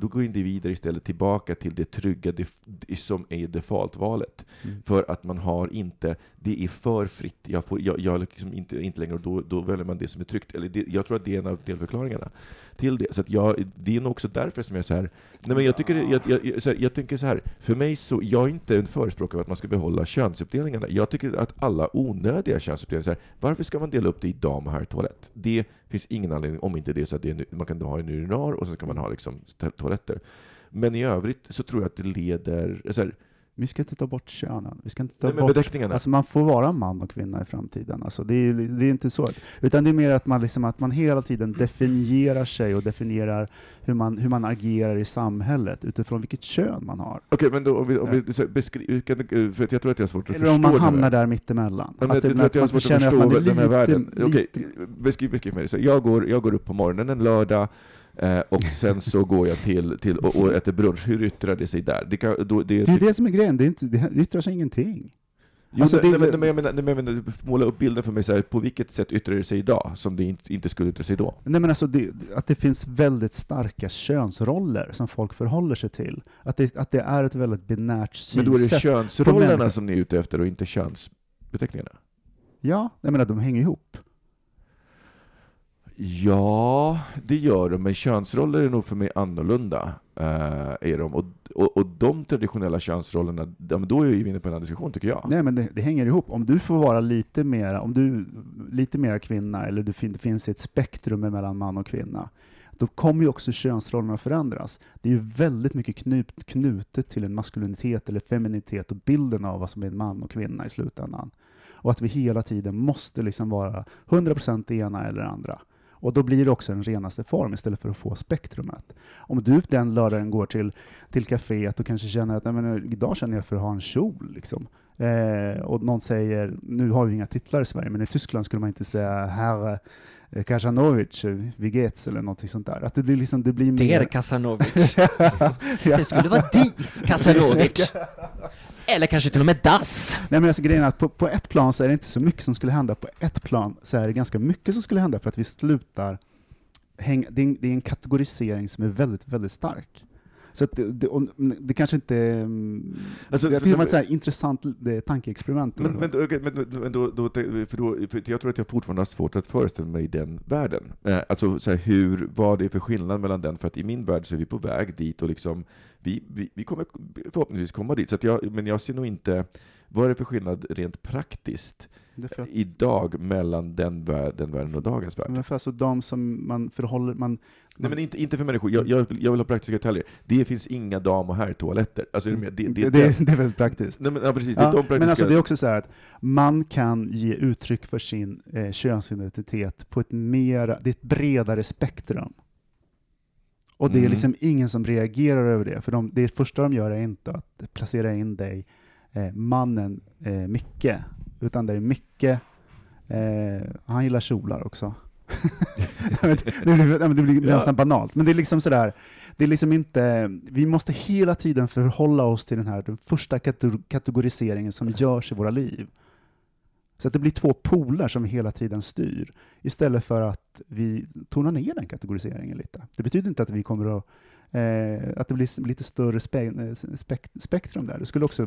istället tillbaka till det trygga som är defaultvalet. För att man har inte, det är för fritt. Jag liksom inte längre, och då väljer man det som är tryggt. Jag tror att det är en av delförklaringarna till det. Så att det är nog också därför som jag är så här. Nej, men jag tänker så här, för mig så, jag är inte en förespråkare av att man ska behålla könsuppdelningarna. Jag tycker att alla onödiga könsuppdelningar, så här, varför ska man dela upp det i dam- och herrtoalett? Det finns ingen anledning, om inte det är så att man kan ha en urinar och så ska man ha liksom toaletter. Men i övrigt så tror jag att det leder så här, vi ska inte ta bort könen. Vi ska inte ta bort, alltså man får vara man och kvinna i framtiden. Alltså det är inte så. Utan det är mer att man hela tiden definierar sig och definierar hur man agerar i samhället utifrån vilket kön man har. Okej, men då om vi beskriver, för jag tror att jag har svårt att förstå. Eller om man hamnar där mittemellan. Jag tror att jag har svårt att förstå den här världen. Okej, beskriv mig det. Så jag går upp på morgonen en lördag. Och sen så går jag till och äter brunch. Hur yttrar det sig där? Det är det som är grejen. Det yttrar sig ingenting. Jo, alltså, men jag menar, måla upp bilden för mig så här, på vilket sätt yttrar det sig idag som det inte skulle yttra sig då? Nej, men alltså att det finns väldigt starka könsroller som folk förhåller sig till. Att det är ett väldigt binärt synsätt. Men då är det könsrollerna som ni är ute efter och inte könsbeteckningarna? Ja, jag menar de hänger ihop. Ja, det gör de, men könsroller är nog för mig annorlunda. Är de. Och de traditionella könsrollerna, då är vi inne på en diskussion, tycker jag. Nej, men det hänger ihop. Om du får vara lite mer kvinna, eller det finns ett spektrum mellan man och kvinna, då kommer ju också könsrollerna förändras. Det är ju väldigt mycket knutet till en maskulinitet eller feminitet och bilden av vad som är en man och kvinna i slutändan. Och att vi hela tiden måste liksom vara 100% det ena eller andra. Och då blir det också en renaste form istället för att få spektrumet. Om du den lördagen går till kaféet och kanske känner att idag känner jag för att ha en kjol. Liksom. Och någon säger, nu har vi inga titlar i Sverige, men i Tyskland skulle man inte säga herr Kasanovic, Vigets eller någonting sånt där. Att det blir mer... Der Kasanovic. Det skulle vara Di Kasanovic. Eller kanske till och med Das. Nej, men alltså grejen är att på ett plan så är det inte så mycket som skulle hända. På ett plan så är det ganska mycket som skulle hända för att vi slutar det är en kategorisering som är väldigt, väldigt stark. Så att det kanske inte... Alltså, jag tycker det var ett så här intressant tankeexperiment. Men för jag tror att jag fortfarande har svårt att föreställa mig den världen. Alltså så här, vad det är för skillnad mellan den, för att i min värld så är vi på väg dit och liksom vi kommer förhoppningsvis komma dit. Så att men jag ser nog inte vad är det för skillnad rent praktiskt idag mellan den världen och dagens värld. Men för alltså de som man förhåller... Nej, men inte för människor. Jag vill ha praktiska detaljer. Det finns inga dam- och herrtoaletter. Alltså, det är väldigt praktiskt. Nej, men, ja, precis. Ja, det är de praktiska... Men alltså, det är också så här att man kan ge uttryck för sin könsidentitet på det är ett bredare spektrum. Och det är liksom ingen som reagerar över det. För det första de gör är inte att placera in dig, mannen Micke, utan det är Micke, han gillar kjolar också. det blir nästan banalt. Men det är liksom sådär, det är liksom inte, vi måste hela tiden förhålla oss till den första kategoriseringen som görs i våra liv. Så att det blir två poler som vi hela tiden styr, istället för att vi tonar ner den kategoriseringen lite. Det betyder inte att vi kommer att det blir lite större spektrum där. Det skulle också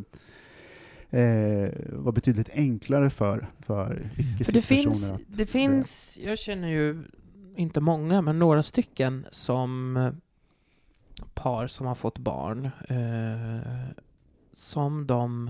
var betydligt enklare för icke-cis-personer. Det finns, jag känner ju inte många, men några stycken som par som har fått barn som de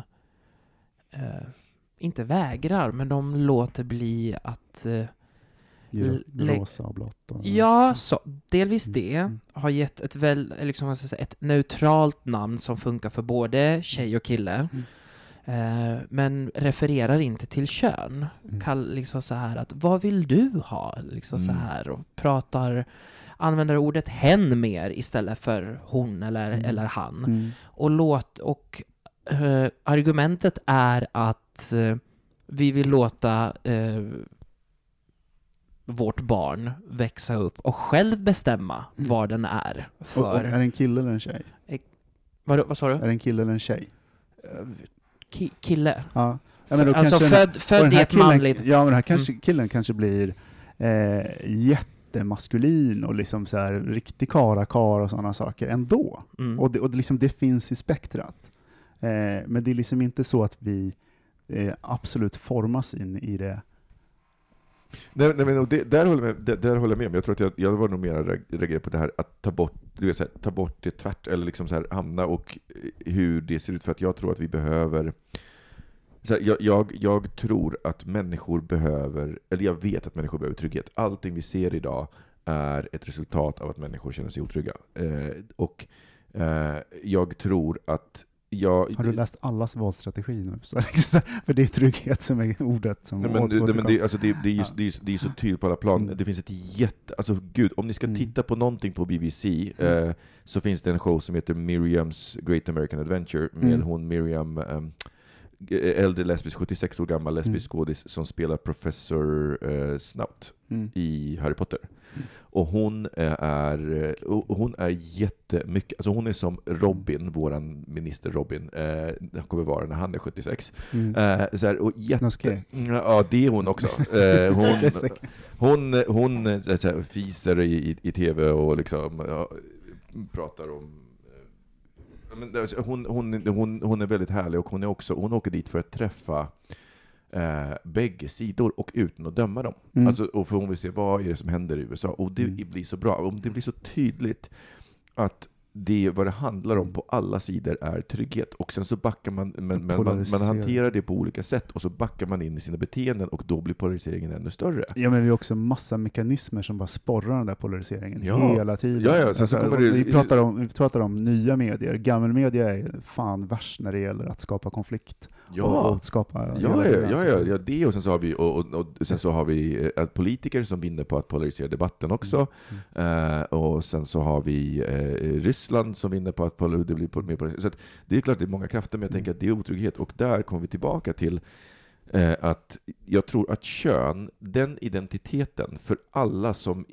inte vägrar, men de låter bli att rosa och blått. Ja, så delvis det har gett ett neutralt namn som funkar för både tjej och kille. Men refererar inte till kön. Liksom så här att, vad vill du ha? Liksom så här, och använder ordet hen mer istället för hon eller han. Och argumentet är att vi vill låta vårt barn växa upp och själv bestämma vad den är för. Och är det en kille eller en tjej? Vad sa du? Är det en kille eller en tjej? Kille. Ja. Men då alltså född i ett manligt... Ja, men den här killen kanske blir jättemaskulin och liksom så här riktig kar och sådana saker ändå. Och det finns i spektrat. Men det är liksom inte så att vi absolut formas in i det. Nej, men där håller jag med. Men jag tror att jag var nog mer reagerad på det här att ta bort det tvärt, eller liksom så här hamna, och hur det ser ut, för att jag tror att vi behöver så här, jag tror att människor behöver, eller jag vet att människor behöver trygghet. Allting vi ser idag är ett resultat av att människor känner sig otrygga. Jag tror att Har du läst allas valstrategi nu? För det är trygghet som är ordet som... Det är så tydligt på alla plan. Det finns ett om ni ska titta på någonting på BBC så finns det en show som heter Miriam's Great American Adventure med hon Miriam, äldre lesbisk, 76 år gammal lesbisk skådis som spelar professor Snout i Harry Potter. Och hon är jättemycket, alltså hon är som Robin, våran minister Robin, kommer vara när han är 76. Så här, och ja, det är hon också. Hon så här, fiser i tv och liksom pratar om. Men hon är väldigt härlig, och hon åker dit för att träffa bägge sidor och utan att döma dem. Alltså, och för hon vill se vad är det som händer i USA. Och det blir så bra. Om det blir så tydligt att vad det handlar om på alla sidor är trygghet. Och sen så backar man hanterar det på olika sätt och så backar man in i sina beteenden och då blir polariseringen ännu större. Ja, men vi har också massa mekanismer som bara sporrar den där polariseringen hela tiden. Ja, sen så kommer vi pratar om nya medier. Gammelmedia är fan värst när det gäller att skapa konflikt. Och skapa det, och sen så har vi och sen så har vi politiker som vinner på att polarisera debatten också. Och sen så har vi Ryssland som vinner på att det blir mer polariserat. Så att det är klart det är många krafter, men jag tänker att det är otrygghet, och där kommer vi tillbaka till att jag tror att kön, den identiteten för alla som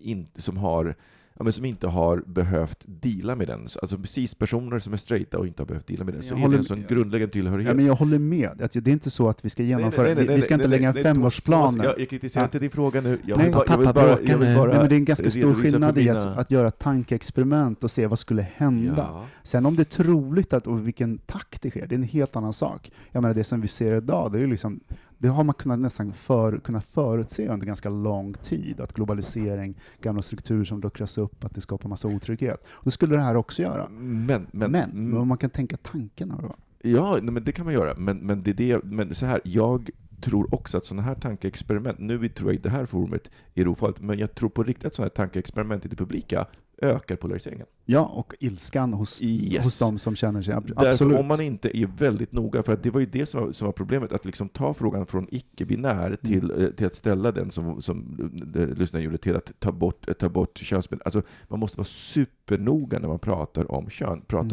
inte har behövt dela med den. Alltså precis personer som är straighta och inte har behövt dela med den. Så är det en sån grundläggande tillhörighet. Ja, men jag håller med. Det är inte så att vi ska genomföra... Vi ska inte lägga en femårsplan. Jag kritiserar inte din fråga nu. Jag vill bara men det är en ganska stor skillnad i att göra tankeexperiment och se vad skulle hända. Ja. Sen om det är troligt och vilken takt det sker, det är en helt annan sak. Jag menar, det som vi ser idag, det är liksom... Det har man nästan kunnat förutse under ganska lång tid, att globalisering, gamla strukturer som luckras upp, att det skapar massa otrygghet. Och det skulle det här också göra. Men om man kan tänka tanken av det. Ja, men det kan man göra. Men så här, jag tror också att sådana här tankeexperiment, nu tror jag i det här forumet är ofarligt, men jag tror på riktigt att sådana här tankeexperiment i det publika ökar polariseringen. Ja, och ilskan hos de som känner sig. Absolut. Därför om man inte är väldigt noga, för att det var ju det som var problemet, att liksom ta frågan från icke-binär till att ställa den som lyssnaren gjorde, till att ta bort könsbild. Alltså man måste vara supernoga när man pratar om kön. Pratar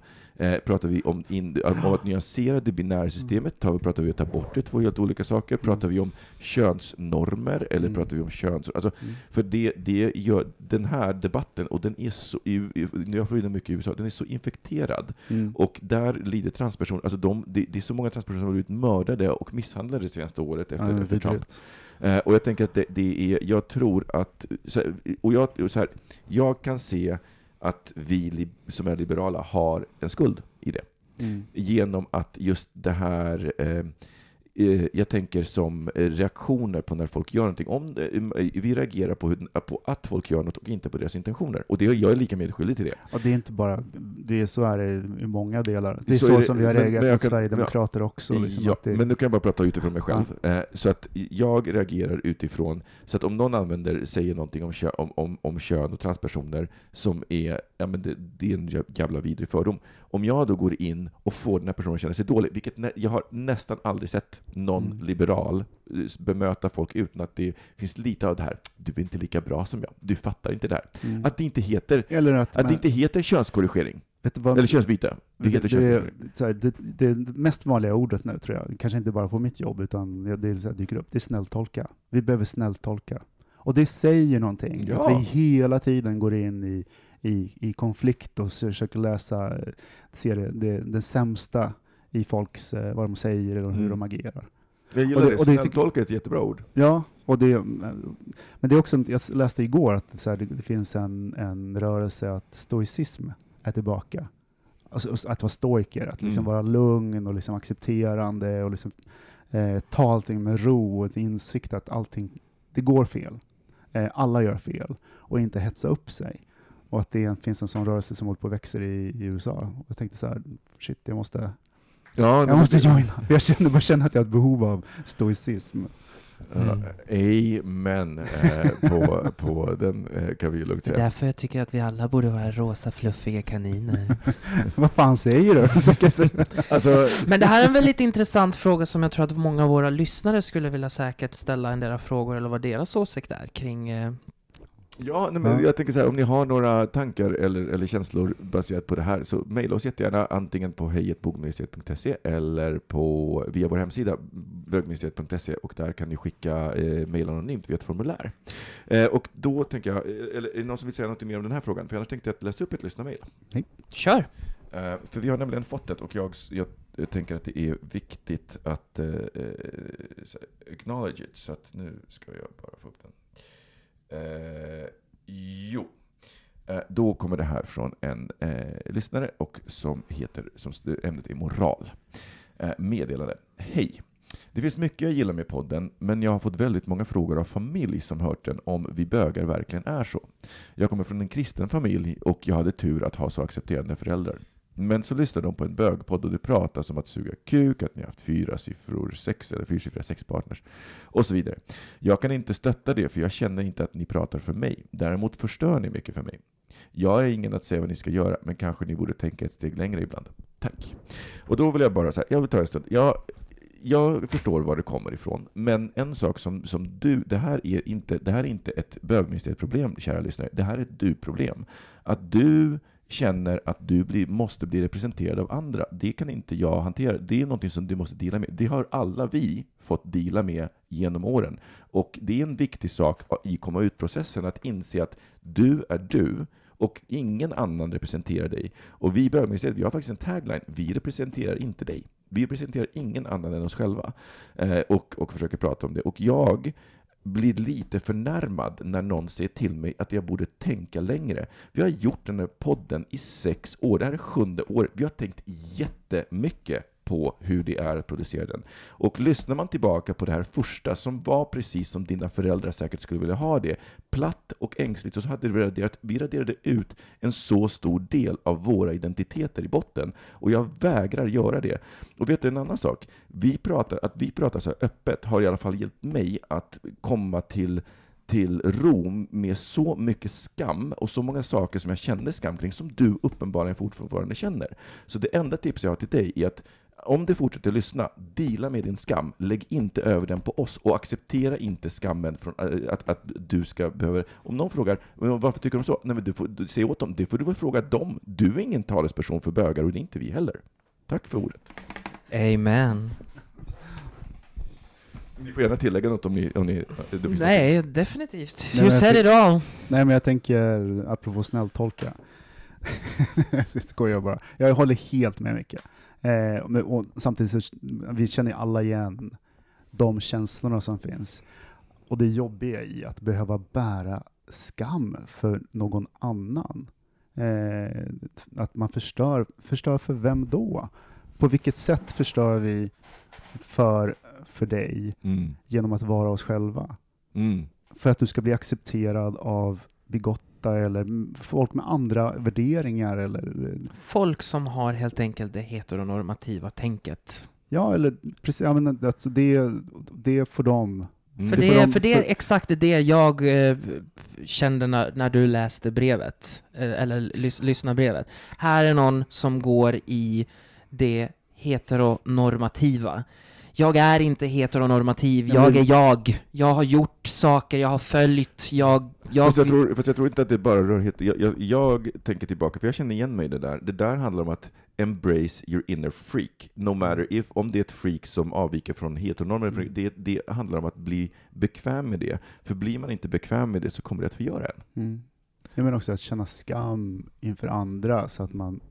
vi om att nyansera det binärsystemet, pratar vi att ta bort det, två helt olika saker. Pratar vi om könsnormer eller pratar vi om för det gör den här debatten, och den är så, nu har jag mycket i USA, den är så infekterad. Och där lider transpersoner, alltså det är så många transpersoner som har blivit mördade och misshandlade det senaste året efter Trump. Och jag tänker att det är, jag tror att, jag kan se att vi som är liberala har en skuld i det. Genom att just det här, jag tänker som reaktioner på när folk gör någonting. Om vi reagerar på att folk gör något och inte på deras intentioner. Och jag är lika medskyldig till det. Och det är inte bara, så är det i många delar. Det är så som vi har reagerat på Sverigedemokrater också. Liksom, men nu kan jag bara prata utifrån mig själv. Så att jag reagerar utifrån, så att om någon säger någonting om kön och transpersoner som är, det är en jävla vidrig fördom. Om jag då går in och får den här personen att känna sig dålig, vilket jag har nästan aldrig sett någon liberal bemöta folk utan att det finns lite av det här. Du är inte lika bra som jag. Du fattar inte det här. Att det inte heter, det inte heter könskorrigering. Eller könsbyte. Det mest vanliga ordet nu, tror jag, kanske inte bara på mitt jobb, utan det dyker upp. Det är snälltolka. Vi behöver snälltolka. Och det säger någonting. Ja. Att vi hela tiden går in i konflikt och försöker se det sämsta i folks, vad de säger eller hur de agerar. Jag gillar det. Snälltolka är ett jättebra ord. Ja, men det är också, jag läste igår att det finns en rörelse att stoicism är tillbaka. Alltså, att vara stoiker, att liksom vara lugn och liksom accepterande och liksom ta allting med ro och ett insikt att allting, det går fel. Alla gör fel och inte hetsa upp sig. Och att det finns en sån rörelse som håller på att växa i USA. Och jag tänkte så här, shit, jag måste joina. Jag känner att jag har ett behov av stoicism. Amen. På den kan vi ju lugnt säga. Det är därför jag tycker att vi alla borde vara rosa fluffiga kaniner. Vad fan säger du? Alltså, men det här är en väldigt intressant fråga som jag tror att många av våra lyssnare skulle vilja säkert ställa en del frågor, eller vad deras åsikt är kring... men jag tänker så här, om ni har några tankar eller känslor baserat på det här, så mejla oss jättegärna antingen på hej@bogministeriet.se eller via vår hemsida bögministeriet.se, och där kan ni skicka mejl anonymt via ett formulär. Och då tänker jag, eller är det någon som vill säga något mer om den här frågan? För annars tänkte jag att läsa upp ett lyssnarmejl. Kör! För vi har nämligen fått det, och jag tänker att det är viktigt att acknowledge it, så att nu ska jag bara få upp den. Då kommer det här från en lyssnare och som ämnet är moral. Meddelade: hej, Det finns mycket jag gillar med podden, men jag har fått väldigt många frågor av familj som hört den om vi bögar verkligen är så. Jag kommer från en kristen familj och jag hade tur att ha så accepterande föräldrar. Men så lyssnade de på en bögpodd och det pratas om att suga kuk, att ni har haft 4-siffriga sexpartners och så vidare. Jag kan inte stötta det för jag känner inte att ni pratar för mig. Däremot förstör ni mycket för mig. Jag är ingen att säga vad ni ska göra, men kanske ni borde tänka ett steg längre ibland. Tack. Och då vill jag bara säga, jag vill ta en stund. Jag förstår var det kommer ifrån, men en sak som du, det här är inte ett bögministeriet problem, kära lyssnare. Det här är ett du-problem. Att du känner att du måste bli representerad av andra. Det kan inte jag hantera. Det är någonting som du måste dela med. Det har alla vi fått dela med genom åren. Och det är en viktig sak i komma ut-processen att inse att du är du och ingen annan representerar dig. Och vi bögministeriet, vi har faktiskt en tagline. Vi representerar inte dig. Vi representerar ingen annan än oss själva. Och försöker prata om det. Och jag blir lite förnärmad när någon säger till mig att jag borde tänka längre. Vi har gjort den här podden i 6 år. Det här är 7:e året. Vi har tänkt jättemycket på hur det är att producera den. Och lyssnar man tillbaka på det här första som var precis som dina föräldrar säkert skulle vilja ha det, platt och ängsligt, så hade vi raderade ut en så stor del av våra identiteter i botten. Och jag vägrar göra det. Och vet du en annan sak? Vi pratar så öppet har i alla fall hjälpt mig att komma till ro med så mycket skam och så många saker som jag kände skam kring som du uppenbarligen fortfarande känner. Så det enda tips jag har till dig är att om du fortsätter lyssna, dela med din skam. Lägg inte över den på oss och acceptera inte skammen från att du ska behöva. Om någon frågar, varför tycker de så? Nej, men du säg åt dem, det får du väl fråga dem. Du är ingen talesperson för bögar och det är inte vi heller. Tack för ordet. Amen. Ni får gärna tillägga något om ni Nej, definitivt. You said it all. Nej, men jag tänker, apropå snälltolka. Jag skojar bara. Jag håller helt med mycket. Och samtidigt så vi känner alla igen de känslorna som finns. Och det jobbiga i att behöva bära skam för någon annan. Att man förstör för vem då? På vilket sätt förstör vi för dig genom att vara oss själva? För att du ska bli accepterad av bigotta eller folk med andra värderingar eller folk som har helt enkelt det heteronormativa tänket. Ja, eller precis, ja, men alltså det får de. För det är exakt det jag kände när du läste brevet eller lyssnade brevet. Här är någon som går i det heteronormativa. Jag är inte heteronormativ, jag är jag. Jag har gjort saker, jag har följt, Fast jag tror inte att det bara rör jag tänker tillbaka, för jag känner igen mig i det där. Det där handlar om att embrace your inner freak. No matter om det är ett freak som avviker från heteronormer, det handlar om att bli bekväm med det. För blir man inte bekväm med det så kommer det att förgöra en. Jag menar också att känna skam inför andra så att man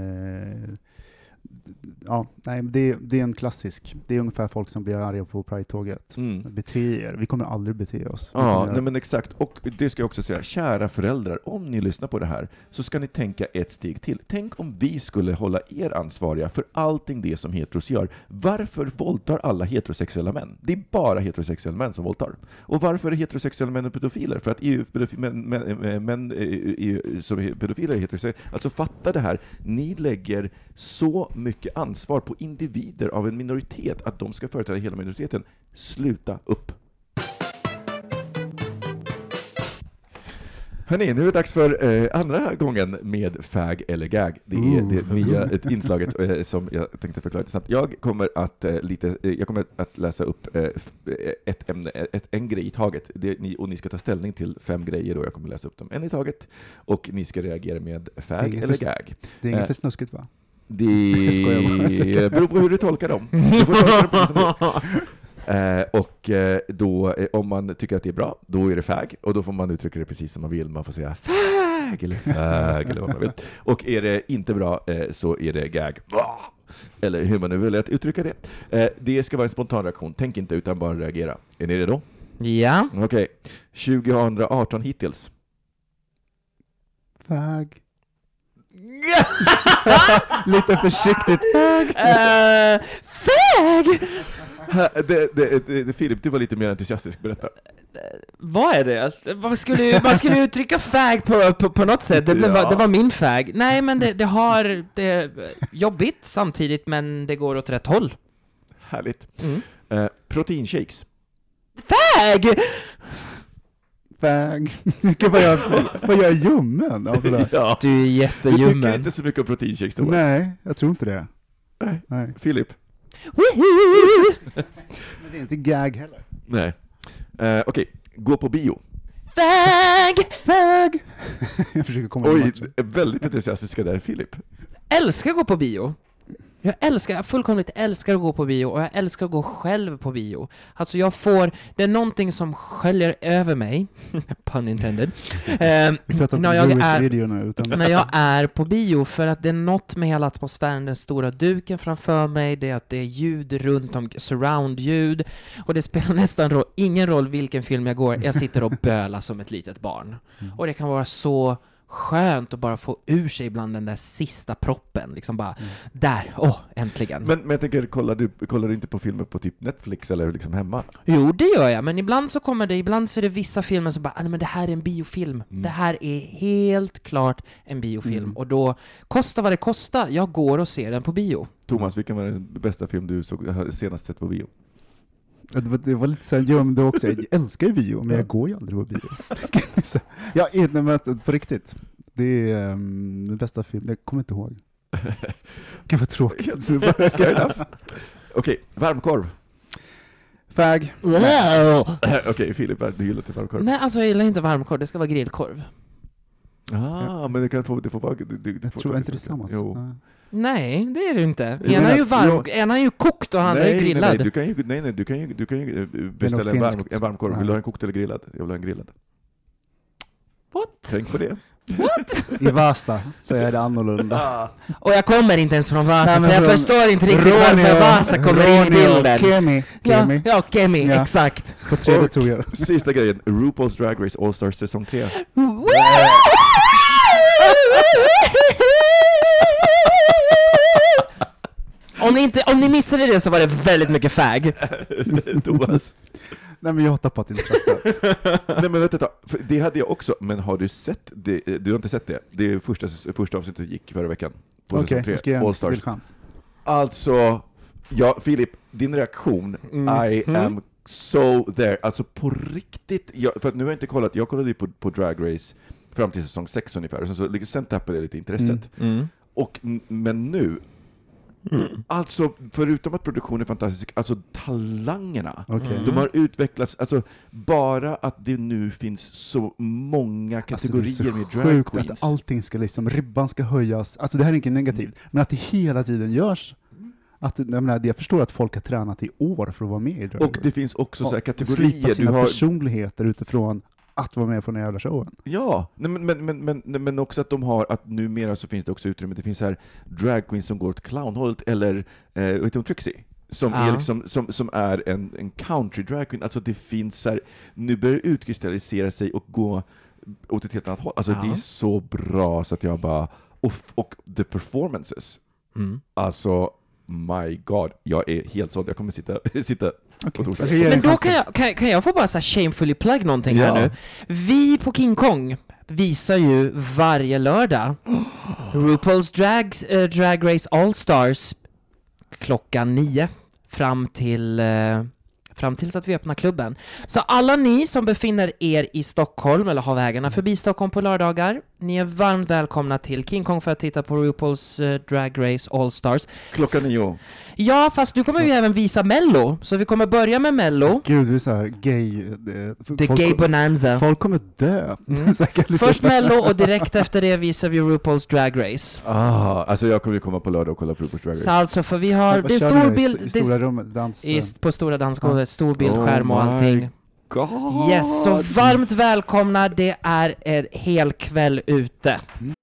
det är en klassisk. Det är ungefär folk som blir arga på Pride-tåget. Bete er. Vi kommer aldrig bete oss. Ja, nej men exakt. Och det ska jag också säga, kära föräldrar, om ni lyssnar på det här så ska ni tänka ett steg till. Tänk om vi skulle hålla er ansvariga för allting det som heteros gör. Varför våldtar alla heterosexuella män? Det är bara heterosexuella män som våldtar. Och varför är heterosexuella män pedofiler? För att män som är pedofiler är heterosexuella. Alltså fatta det här. Ni lägger så mycket ansvar på individer av en minoritet att de ska företräda hela minoriteten. Sluta upp. Hörrni, nu är det dags för andra gången med fag eller gag. Det är det nya inslaget som jag tänkte förklara lite snabbt. Jag kommer att läsa upp en grej i taget. Och ni ska ta ställning till 5 grejer och jag kommer läsa upp dem en i taget. Och ni ska reagera med fag eller gag. Det är inget för snuskigt, va? Det beror på hur du tolkar dem. Du får tolka dem och då, om man tycker att det är bra, då är det fag. Och då får man uttrycka det precis som man vill. Man får säga fag eller fag eller vad man vill. Och är det inte bra så är det gag. Eller hur man nu vill uttrycka det. Det ska vara en spontan reaktion. Tänk inte utan bara reagera. Är ni redo? Ja. Okej. 2018 hittills. Fag. Lite försiktigt. Fag. Fag! Filip, du var lite mer entusiastisk, berätta. Vad är det? Man skulle uttrycka fag på något sätt. Det var min fag. Nej, men det är jobbigt samtidigt, men det går åt rätt håll. Härligt. Proteinshakes. Fag! Vad gör ljummen? Ja. Du är jätteljummen. Du tycker inte så mycket om proteinshakes, Thomas? Nej, jag tror inte det. Nej. Filip? Men det är inte gag heller. Nej. Okej, gå på bio. Fag! Jag försöker komma ihåg. Väldigt entusiastiska där, Filip. Älskar att gå på bio. Jag fullkomligt älskar att gå på bio, och jag älskar att gå själv på bio. Alltså det är någonting som sköljer över mig, pun intended, när jag är på bio, för att det är något med hela atmosfären, den stora duken framför mig, det är att det är ljud runt om, surround-ljud, och det spelar nästan ingen roll vilken film jag går, jag sitter och bölar som ett litet barn. Och det kan vara så skönt att bara få ur sig ibland den där sista proppen, liksom bara äntligen. Men jag tänker, kollar du inte på filmer på typ Netflix eller liksom hemma? Jo, det gör jag, men ibland så är det vissa filmer som bara, men det här är en biofilm. Det här är helt klart en biofilm, och då kostar vad det kostar, jag går och ser den på bio. Thomas, vilken var den bästa film du senast sett på bio? Det var lite så här gömd också. Jag älskar bio, men jag går ju aldrig på bio. På riktigt. Det är den bästa filmen. Jag kommer inte ihåg. Gud vad tråkigt. Okej, varmkorv. Fag. Okej, Filip, du gillar inte varmkorv? Nej, alltså jag gillar inte varmkorv. Det ska vara grillkorv. Men det får vara... Jag tror inte det är samma. Nej, det är det inte. Ena är ju kokt och andra är grillad. Nej, du kan ju beställa en varmkorv. Vill du ha en kokt eller grillad? Jag vill ha en grillad. What? Tänk på det. What? I Vasa så är det annorlunda. Och jag kommer inte ens från Vasa, så jag förstår inte riktigt varför Vasa kommer in i bilden. Kemi, exakt. På tredje tog jag. Sista grejen, RuPaul's Drag Race All Stars säsong 3. Om ni missade det så var det väldigt mycket fag. Thomas. Nej, men jag har tappat intresset. Nej, men vänta, det hade jag också. Men har du sett det? Du har inte sett det? Det första avsnittet gick förra veckan. Okej, ska jag ge en chans. Alltså, Filip, din reaktion, I am so there. Alltså på riktigt, för att nu har jag inte kollat, jag kollade ju på Drag Race fram till säsong 6 ungefär, så sen tappade jag lite intresset. Men nu, alltså förutom att produktionen är fantastisk, alltså talangerna, de har utvecklats, alltså bara att det nu finns så många kategorier med drag queens. Att allting ska liksom, ribban ska höjas, alltså det här är inte negativt, men att det hela tiden görs. Jag förstår att folk har tränat i år för att vara med i drag. Och det finns också så här kategorier. Slipa sina personligheter utifrån att vara med på den jävla showen. Ja, men också att de har, att numera så finns det också utrymme. Det finns här drag queens som går åt clownhållet, eller vet du om Trixie? Som är liksom, som är en country drag queen. Alltså det finns här, nu börjar det utkristallisera sig och gå åt ett helt annat håll. Alltså det är så bra så att jag bara, och the performances. Alltså my god, jag är helt såld. Jag kommer sitta på torsdag. Men då kan jag få bara så här shamefully plug någonting här nu. Vi på King Kong visar ju varje lördag RuPaul's Drag Race All Stars klockan 9 fram tills att vi öppnar klubben. Så alla ni som befinner er i Stockholm eller har vägarna förbi Stockholm på lördagar, ni är varmt välkomna till King Kong för att titta på RuPaul's Drag Race All Stars. Klockan 9. Ja, fast nu kommer vi även visa Mello. Så vi kommer börja med Mello. Gud, vi är så här gay. The gay bonanza. Folk kommer dö. Först Mello och direkt efter det visar vi RuPaul's Drag Race. Alltså jag kommer komma på lördag och kolla på RuPaul's Drag Race. Så alltså, för vi har, det är stor bild i stora rummet, på stora dansgolvet, stor bildskärm och allting. God. Yes, så varmt välkomna. Det är en hel kväll ute.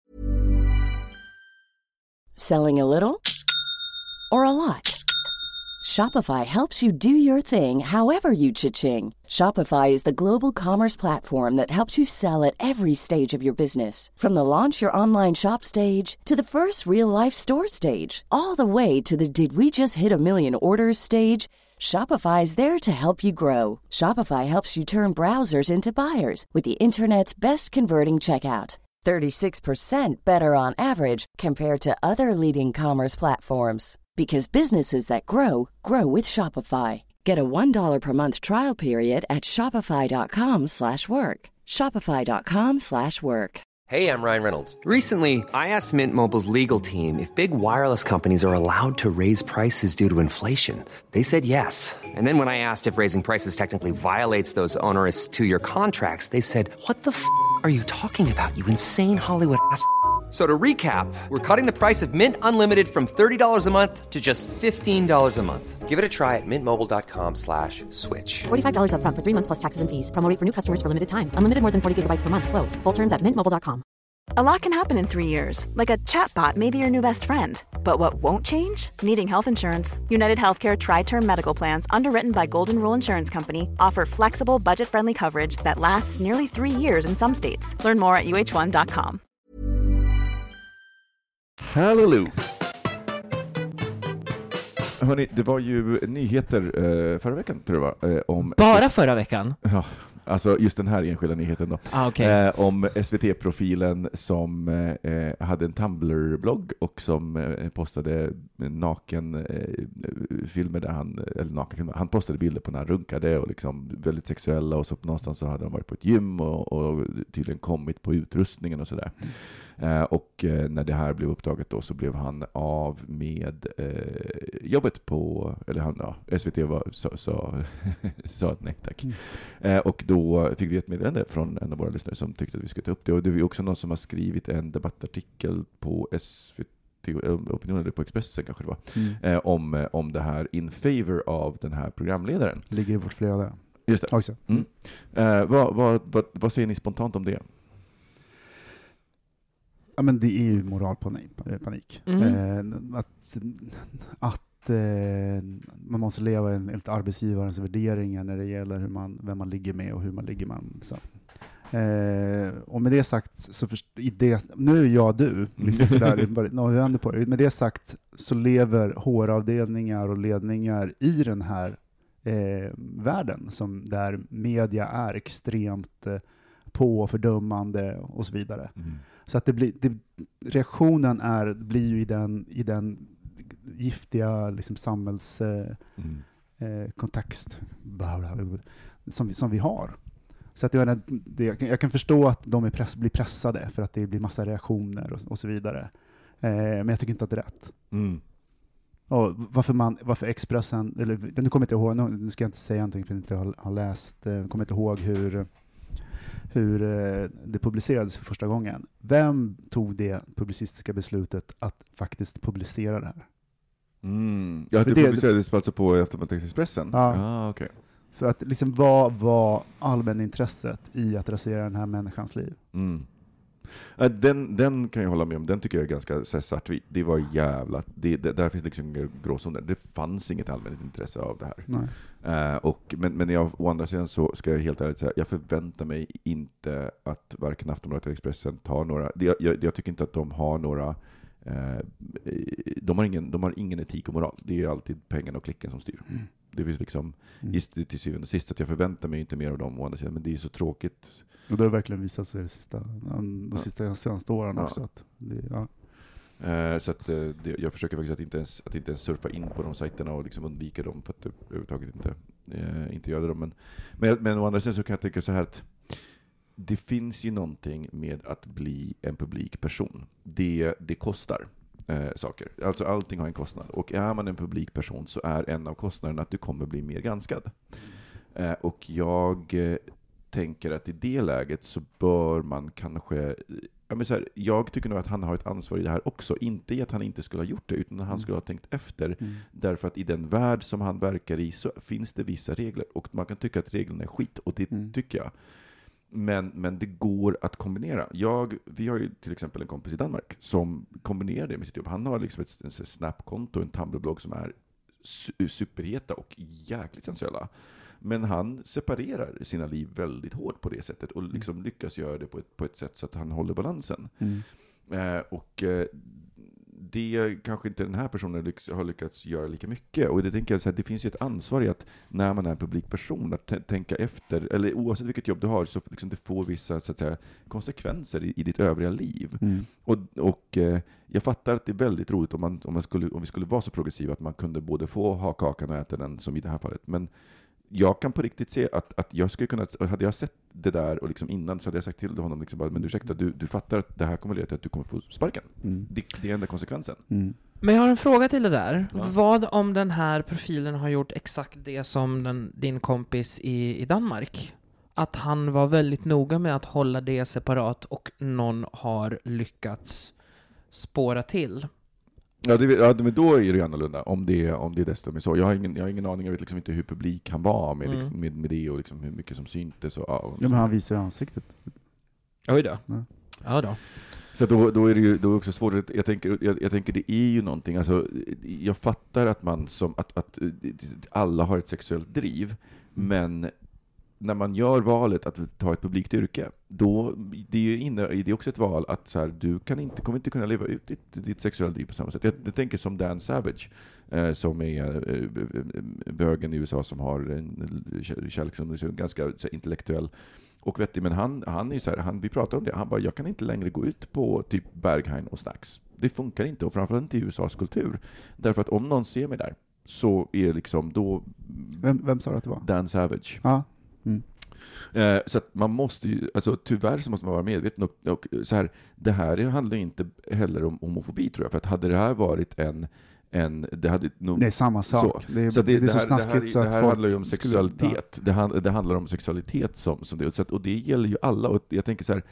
Selling a little or a lot? Shopify helps you do your thing however you cha-ching. Shopify is the global commerce platform that helps you sell at every stage of your business. From the launch your online shop stage to the first real life store stage, all the way to the did we just hit a million orders stage. Shopify is there to help you grow. Shopify helps you turn browsers into buyers with the internet's best converting checkout. 36% better on average compared to other leading commerce platforms. Because businesses that grow, grow with Shopify. Get a $1 per month trial period at shopify.com/work. Shopify.com/work. Hey, I'm Ryan Reynolds. Recently, I asked Mint Mobile's legal team if big wireless companies are allowed to raise prices due to inflation. They said yes. And then when I asked if raising prices technically violates those onerous 2-year contracts, they said, "What the f*** are you talking about, you insane Hollywood ass?" So to recap, we're cutting the price of Mint Unlimited from $30 a month to just $15 a month. Give it a try at mintmobile.com/switch. $45 up front for 3 months plus taxes and fees. Promo rate for new customers for limited time. Unlimited more than 40 gigabytes per month. Slows full terms at mintmobile.com. A lot can happen in 3 years, like a chatbot may be your new best friend. But what won't change? Needing health insurance. United Healthcare Tri-Term Medical Plans, underwritten by Golden Rule Insurance Company, offer flexible, budget-friendly coverage that lasts nearly 3 years in some states. Learn more at uh1.com. Hallelujah! Hörrni, det var ju nyheter förra veckan, tror jag var, om... Bara förra veckan? Ja, alltså just den här enskilda nyheten då. Okay. Om SVT-profilen som hade en Tumblr-blogg och som postade nakenfilmer där han postade bilder på när han runkade och liksom väldigt sexuella, och så någonstans så hade han varit på ett gym och tydligen kommit på utrustningen och sådär. Och när det här blev upptaget då så blev han av med jobbet på, eller SVT sa att nej tack. Och då fick vi ett meddelande från en av våra lyssnare som tyckte att vi skulle ta upp det, och det är också någon som har skrivit en debattartikel på SVT Opinion eller på Expressen kanske det var, om det här in favor av den här programledaren. Ligger i vårt flöde. Just det. Också. Vad säger ni spontant om det? Ja, men det är ju moralpanik. Att man måste leva enligt arbetsgivarens värderingar när det gäller vem man ligger med och hur man ligger med. Så. Och med det sagt så nu är jag du liksom sådär, med det sagt så lever HR-avdelningar och ledningar i den här världen där media är extremt på fördömande och så vidare. Så att reaktionen blir ju i den giftiga liksom samhällskontext som vi har. Så att jag kan förstå att de blir pressade för att det blir massa reaktioner och så vidare. Men jag tycker inte att det är rätt. Och varför Expressen, eller nu kommer jag inte ihåg, nu ska jag inte säga någonting för att jag inte har läst, kommer inte ihåg hur det publicerades för första gången. Vem tog det publicistiska beslutet att faktiskt publicera det här? Ja, det publicerades alltså på Expressen. Ja. Okay. För att liksom, vad var allmänintresset i att rasera den här människans liv? Den kan jag hålla med om. Den tycker jag är ganska svartvit. Det var jävla... där finns liksom gråzoner. Det fanns inget allmänt intresse av det här. Men å andra sidan så ska jag helt ärligt säga, jag förväntar mig inte att varken Aftonbladet eller Expressen tar några... Jag tycker inte att de har några... De har ingen etik och moral. Det är alltid pengarna och klicken som styr. Det finns liksom till syvende och sist, att jag förväntar mig inte mer av dem å andra sidan, men det är så tråkigt. Och det har verkligen visat sig de senaste åren också. Att så att jag försöker faktiskt att inte ens surfa in på de sajterna och liksom undvika dem, för att överhuvudtaget inte göra dem. Men å andra sidan så kan jag tänka så här att det finns ju någonting med att bli en publik person. Det kostar saker. Alltså allting har en kostnad. Och är man en publik person så är en av kostnaderna att du kommer bli mer granskad. Och jag tänker att i det läget så bör man kanske... jag tycker nog att han har ett ansvar i det här också. Inte i att han inte skulle ha gjort det, utan att han skulle ha tänkt efter. Därför att i den värld som han verkar i så finns det vissa regler. Och man kan tycka att reglerna är skit. Och det tycker jag. Men det går att kombinera. Vi har ju till exempel en kompis i Danmark som kombinerar det med sitt jobb. Han har liksom ett Snap-konto och en Tumblr-blogg som är superheta och jäkligt sensuella. Men han separerar sina liv väldigt hårt på det sättet och liksom lyckas göra det på ett sätt så att han håller balansen. det kanske inte den här personen har lyckats göra lika mycket. Och det tänker jag så här, det finns ju ett ansvar i att när man är en publikperson att tänka efter, eller oavsett vilket jobb du har, så liksom det får vissa så att säga, konsekvenser i ditt övriga liv. Och jag fattar att det är väldigt roligt om vi skulle vara så progressiva att man kunde både få ha kakan och äta den, som i det här fallet. Men jag kan på riktigt se att jag skulle kunna, hade jag sett det där och liksom innan, så hade jag sagt till honom liksom bara, men ursäkta, du fattar att det här kommer leda till att du kommer få sparken. Det är enda konsekvensen. Men jag har en fråga till det där. Ja. Vad om den här profilen har gjort exakt det som din kompis i Danmark? Att han var väldigt noga med att hålla det separat och någon har lyckats spåra till. Men då är det annorlunda om det är dessutom så. Jag har ingen aning, jag vet liksom inte hur publik han var med, liksom, med det och liksom hur mycket som syntes. Och men han visar ju ansiktet. Oj då. Ja då. Så då är det ju då är också svårt. Jag tänker det är ju någonting, alltså, jag fattar att man att alla har ett sexuellt driv, men när man gör valet att ta ett publikt yrke, då det är också ett val att så här, du kommer inte kunna leva ut ditt sexuella driv på samma sätt. Jag tänker som Dan Savage, som är bögen i USA som har en kärlek som är ganska så intellektuell och vettig, men han är ju så här, vi pratar om det, han bara, jag kan inte längre gå ut på typ Berghain och snacks. Det funkar inte, och framförallt inte i USAs kultur. Därför att om någon ser mig där, så är liksom då... Vem sa du att det var? Dan Savage. Ja. Så att man måste ju, alltså tyvärr så måste man vara medveten och så här, det här handlar inte heller om homofobi, tror jag, för att hade det här varit det hade nog, det är samma sak. Så. Det är så snaskigt så att det här handlar ju om sexualitet. Det handlar om sexualitet som det, så att, och det gäller ju alla, och jag tänker så här,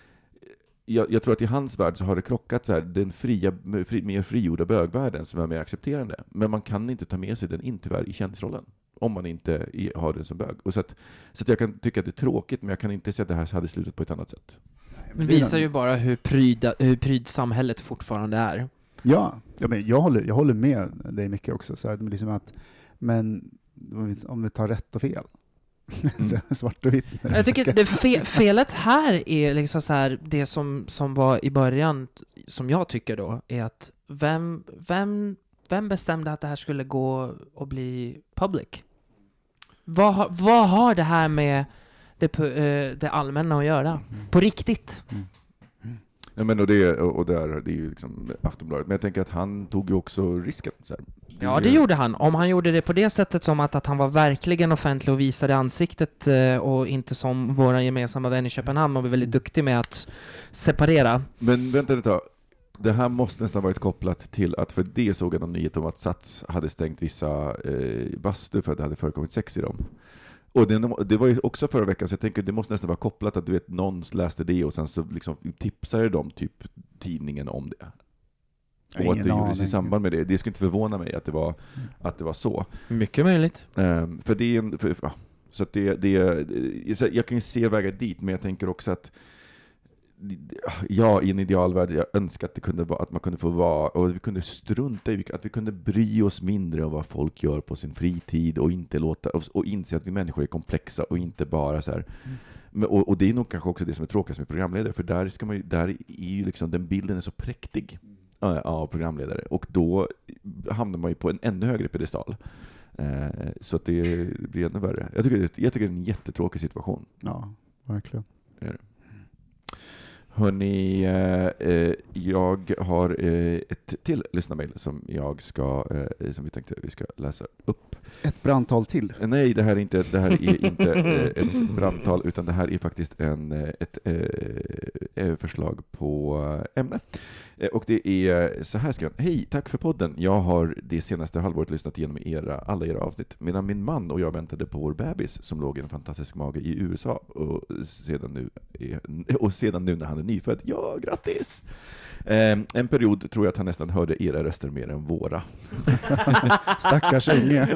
jag tror att i hans värld så har det krockat så här, den mer frigjorda bögvärlden som är mer accepterande, men man kan inte ta med sig den in tyvärr i kändisrollen om man inte har den som bög. Och så att jag kan tycka att det är tråkigt, men jag kan inte säga att det här hade slutat på ett annat sätt. Det visar ju bara hur pryd samhället fortfarande är. Ja, men jag håller med dig mycket också. Så här, liksom men om vi tar rätt och fel. Svart och vitt. Jag tycker det felet här är liksom så här, det som var i början, som jag tycker då, är att vem bestämde att det här skulle gå och bli public? Vad har det här med det allmänna att göra? På riktigt? Ja, men det är ju liksom Aftonbladet. Men jag tänker att han tog ju också risken. Så här. Det gjorde han. Om han gjorde det på det sättet som att han var verkligen offentlig och visade ansiktet och inte som våra gemensamma vänner i Köpenhamn och var väldigt duktig med att separera. Men vänta lite. Det här måste nästan varit kopplat till att, för det såg jag någon nyhet om att Sats hade stängt vissa bastu för att det hade förekommit sex i dem. Och det var ju också förra veckan, så jag tänker det måste nästan vara kopplat att du vet, någon läste det och sen så liksom tipsade de typ tidningen om det. Och att det gjordes i samband med det. Det skulle inte förvåna mig att det var så. Mycket möjligt. För det är så att jag kan ju se vägar dit, men jag tänker också att i en idealvärld, jag önskar att det kunde vara, att man kunde få vara, och vi kunde strunta i, att vi kunde bry oss mindre om vad folk gör på sin fritid och inte låta och inse att vi människor är komplexa och inte bara så här. Och det är nog kanske också det som är tråkigt med programledare, för där är ju liksom den bilden är så präktig av programledare, och då hamnar man ju på en ännu högre pedestal. Så att det blir ännu värre. Jag tycker det är en jättetråkig situation. Ja, verkligen. Hörrni, jag har ett till lyssnarmail som vi tänkte vi ska läsa upp. Ett brandtal till? Nej, det här är inte ett brandtal, utan det här är faktiskt ett förslag på ämne. Och det är så här skrivet: hej, tack för podden. Jag har det senaste halvåret lyssnat igenom alla era avsnitt, medan min man och jag väntade på vår bebis som låg i en fantastisk mage i USA och sedan nu när han är nyfödd. Ja, grattis! En period tror jag att han nästan hörde era röster mer än våra. Stackars unge.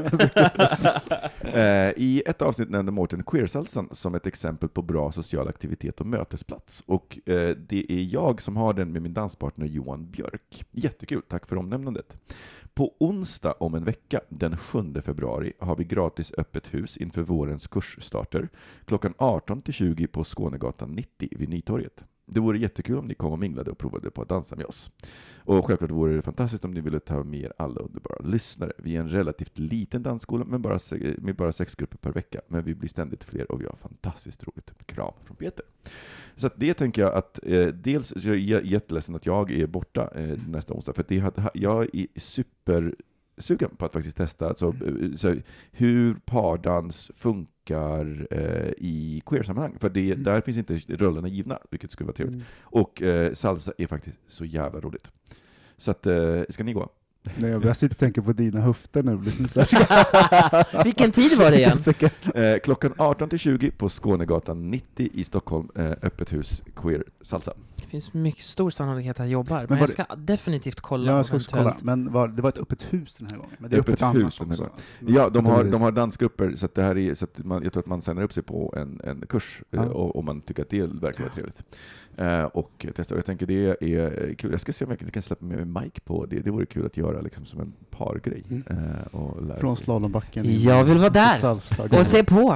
I ett avsnitt nämnde Mårten Queersalsan som ett exempel på bra social aktivitet och mötesplats. Och det är jag som har den med min danspartner Johan Björk. Jättekul, tack för omnämnandet. På onsdag om en vecka, den 7 februari, har vi gratis öppet hus inför vårens kursstarter klockan 18-20 på Skånegatan 90 vid Nytorget. Det vore jättekul om ni kom och minglade och provade på att dansa med oss. Och självklart vore det fantastiskt om ni ville ta med er alla underbara lyssnare. Vi är en relativt liten dansskola med bara 6 grupper per vecka. Men vi blir ständigt fler och vi har fantastiskt roligt. Kram från Peter. Så att det tänker jag att dels så är jag jätteledsen att jag är borta nästa onsdag. För att jag är supersugen på att faktiskt testa alltså, hur pardans funkar i queer-sammanhang. För där finns inte rollerna givna, vilket skulle vara trevligt. Och salsa är faktiskt så jävla roligt. Så att, ska ni gå? Nej, jag sitter och tänker på dina höfter nu. Vilken tid var det igen? Klockan 18-20 på Skånegatan 90 i Stockholm. Öppet hus, queer salsa. Det finns mycket stor sannolikhet att jag jobbar. Men jag ska definitivt kolla. Ja, jag ska också kolla. Men det var ett öppet hus den här gången. Men det är öppet hus den här gången. Ja, de har dansgrupper. Så att det här är, så att jag tror att man signar upp sig på en kurs. Om man tycker att det verkar vara trevligt. Och testa. Jag tänker det är kul. Jag ska se om jag kan släppa med Mike på det. Det vore kul att göra liksom som en pargrej. Och lära från sig. slalombacken. Jag vill vara där och se på.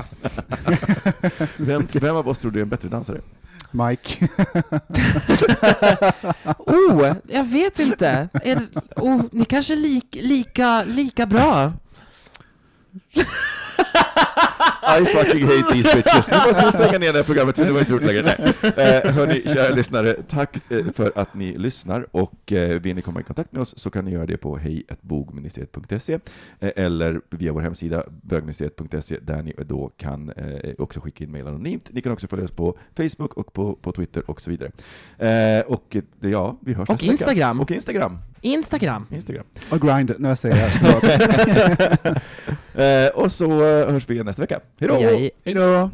Vem av oss tror du är en bättre dansare? Mike. Jag vet inte. Ni kanske lika bra. I fucking hate these bitches. Nu måste vi stänga ner det här programmet för det var inte gjort längre. Hörni, kära lyssnare, tack för att ni lyssnar och vill ni komma i kontakt med oss så kan ni göra det på hej@bogministeriet.se eller via vår hemsida bögministeriet.se där ni då kan också skicka in mejl anonymt. Ni kan också följa oss på Facebook och på Twitter och så vidare. Och ja, vi hörs nästa Instagram. vecka. Och Instagram. Och Grindr, när jag säger det här. Och så hörs vi nästa vecka. Hej då! Hej då!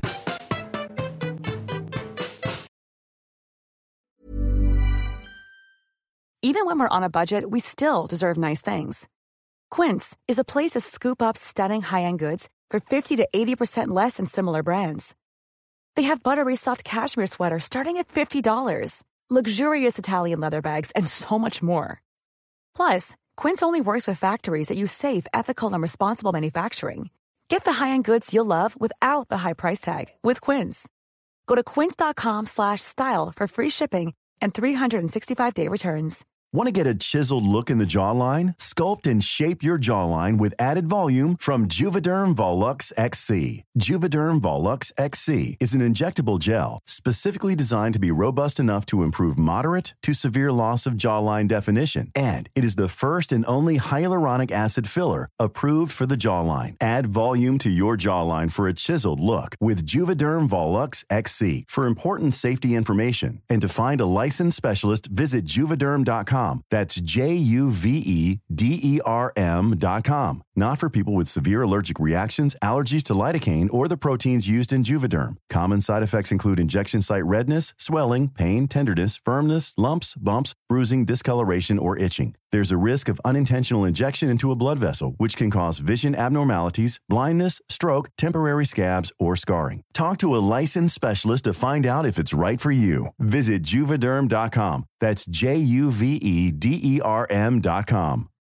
Even when we're on a budget, we still deserve nice things. Quince is a place to scoop up stunning high-end goods for 50 to 80% less than similar brands. They have buttery soft cashmere sweaters starting at $50, luxurious Italian leather bags, and so much more. Plus, Quince only works with factories that use safe, ethical, and responsible manufacturing. Get the high-end goods you'll love without the high price tag with Quince. Go to quince.com/style for free shipping and 365-day returns. Want to get a chiseled look in the jawline? Sculpt and shape your jawline with added volume from Juvederm Volux XC. Juvederm Volux XC is an injectable gel specifically designed to be robust enough to improve moderate to severe loss of jawline definition. And it is the first and only hyaluronic acid filler approved for the jawline. Add volume to your jawline for a chiseled look with Juvederm Volux XC. For important safety information and to find a licensed specialist, visit juvederm.com. That's JUVEDERM.com. Not for people with severe allergic reactions, allergies to lidocaine, or the proteins used in Juvederm. Common side effects include injection site redness, swelling, pain, tenderness, firmness, lumps, bumps, bruising, discoloration, or itching. There's a risk of unintentional injection into a blood vessel, which can cause vision abnormalities, blindness, stroke, temporary scabs, or scarring. Talk to a licensed specialist to find out if it's right for you. Visit Juvederm.com. That's JUVEDERM.com.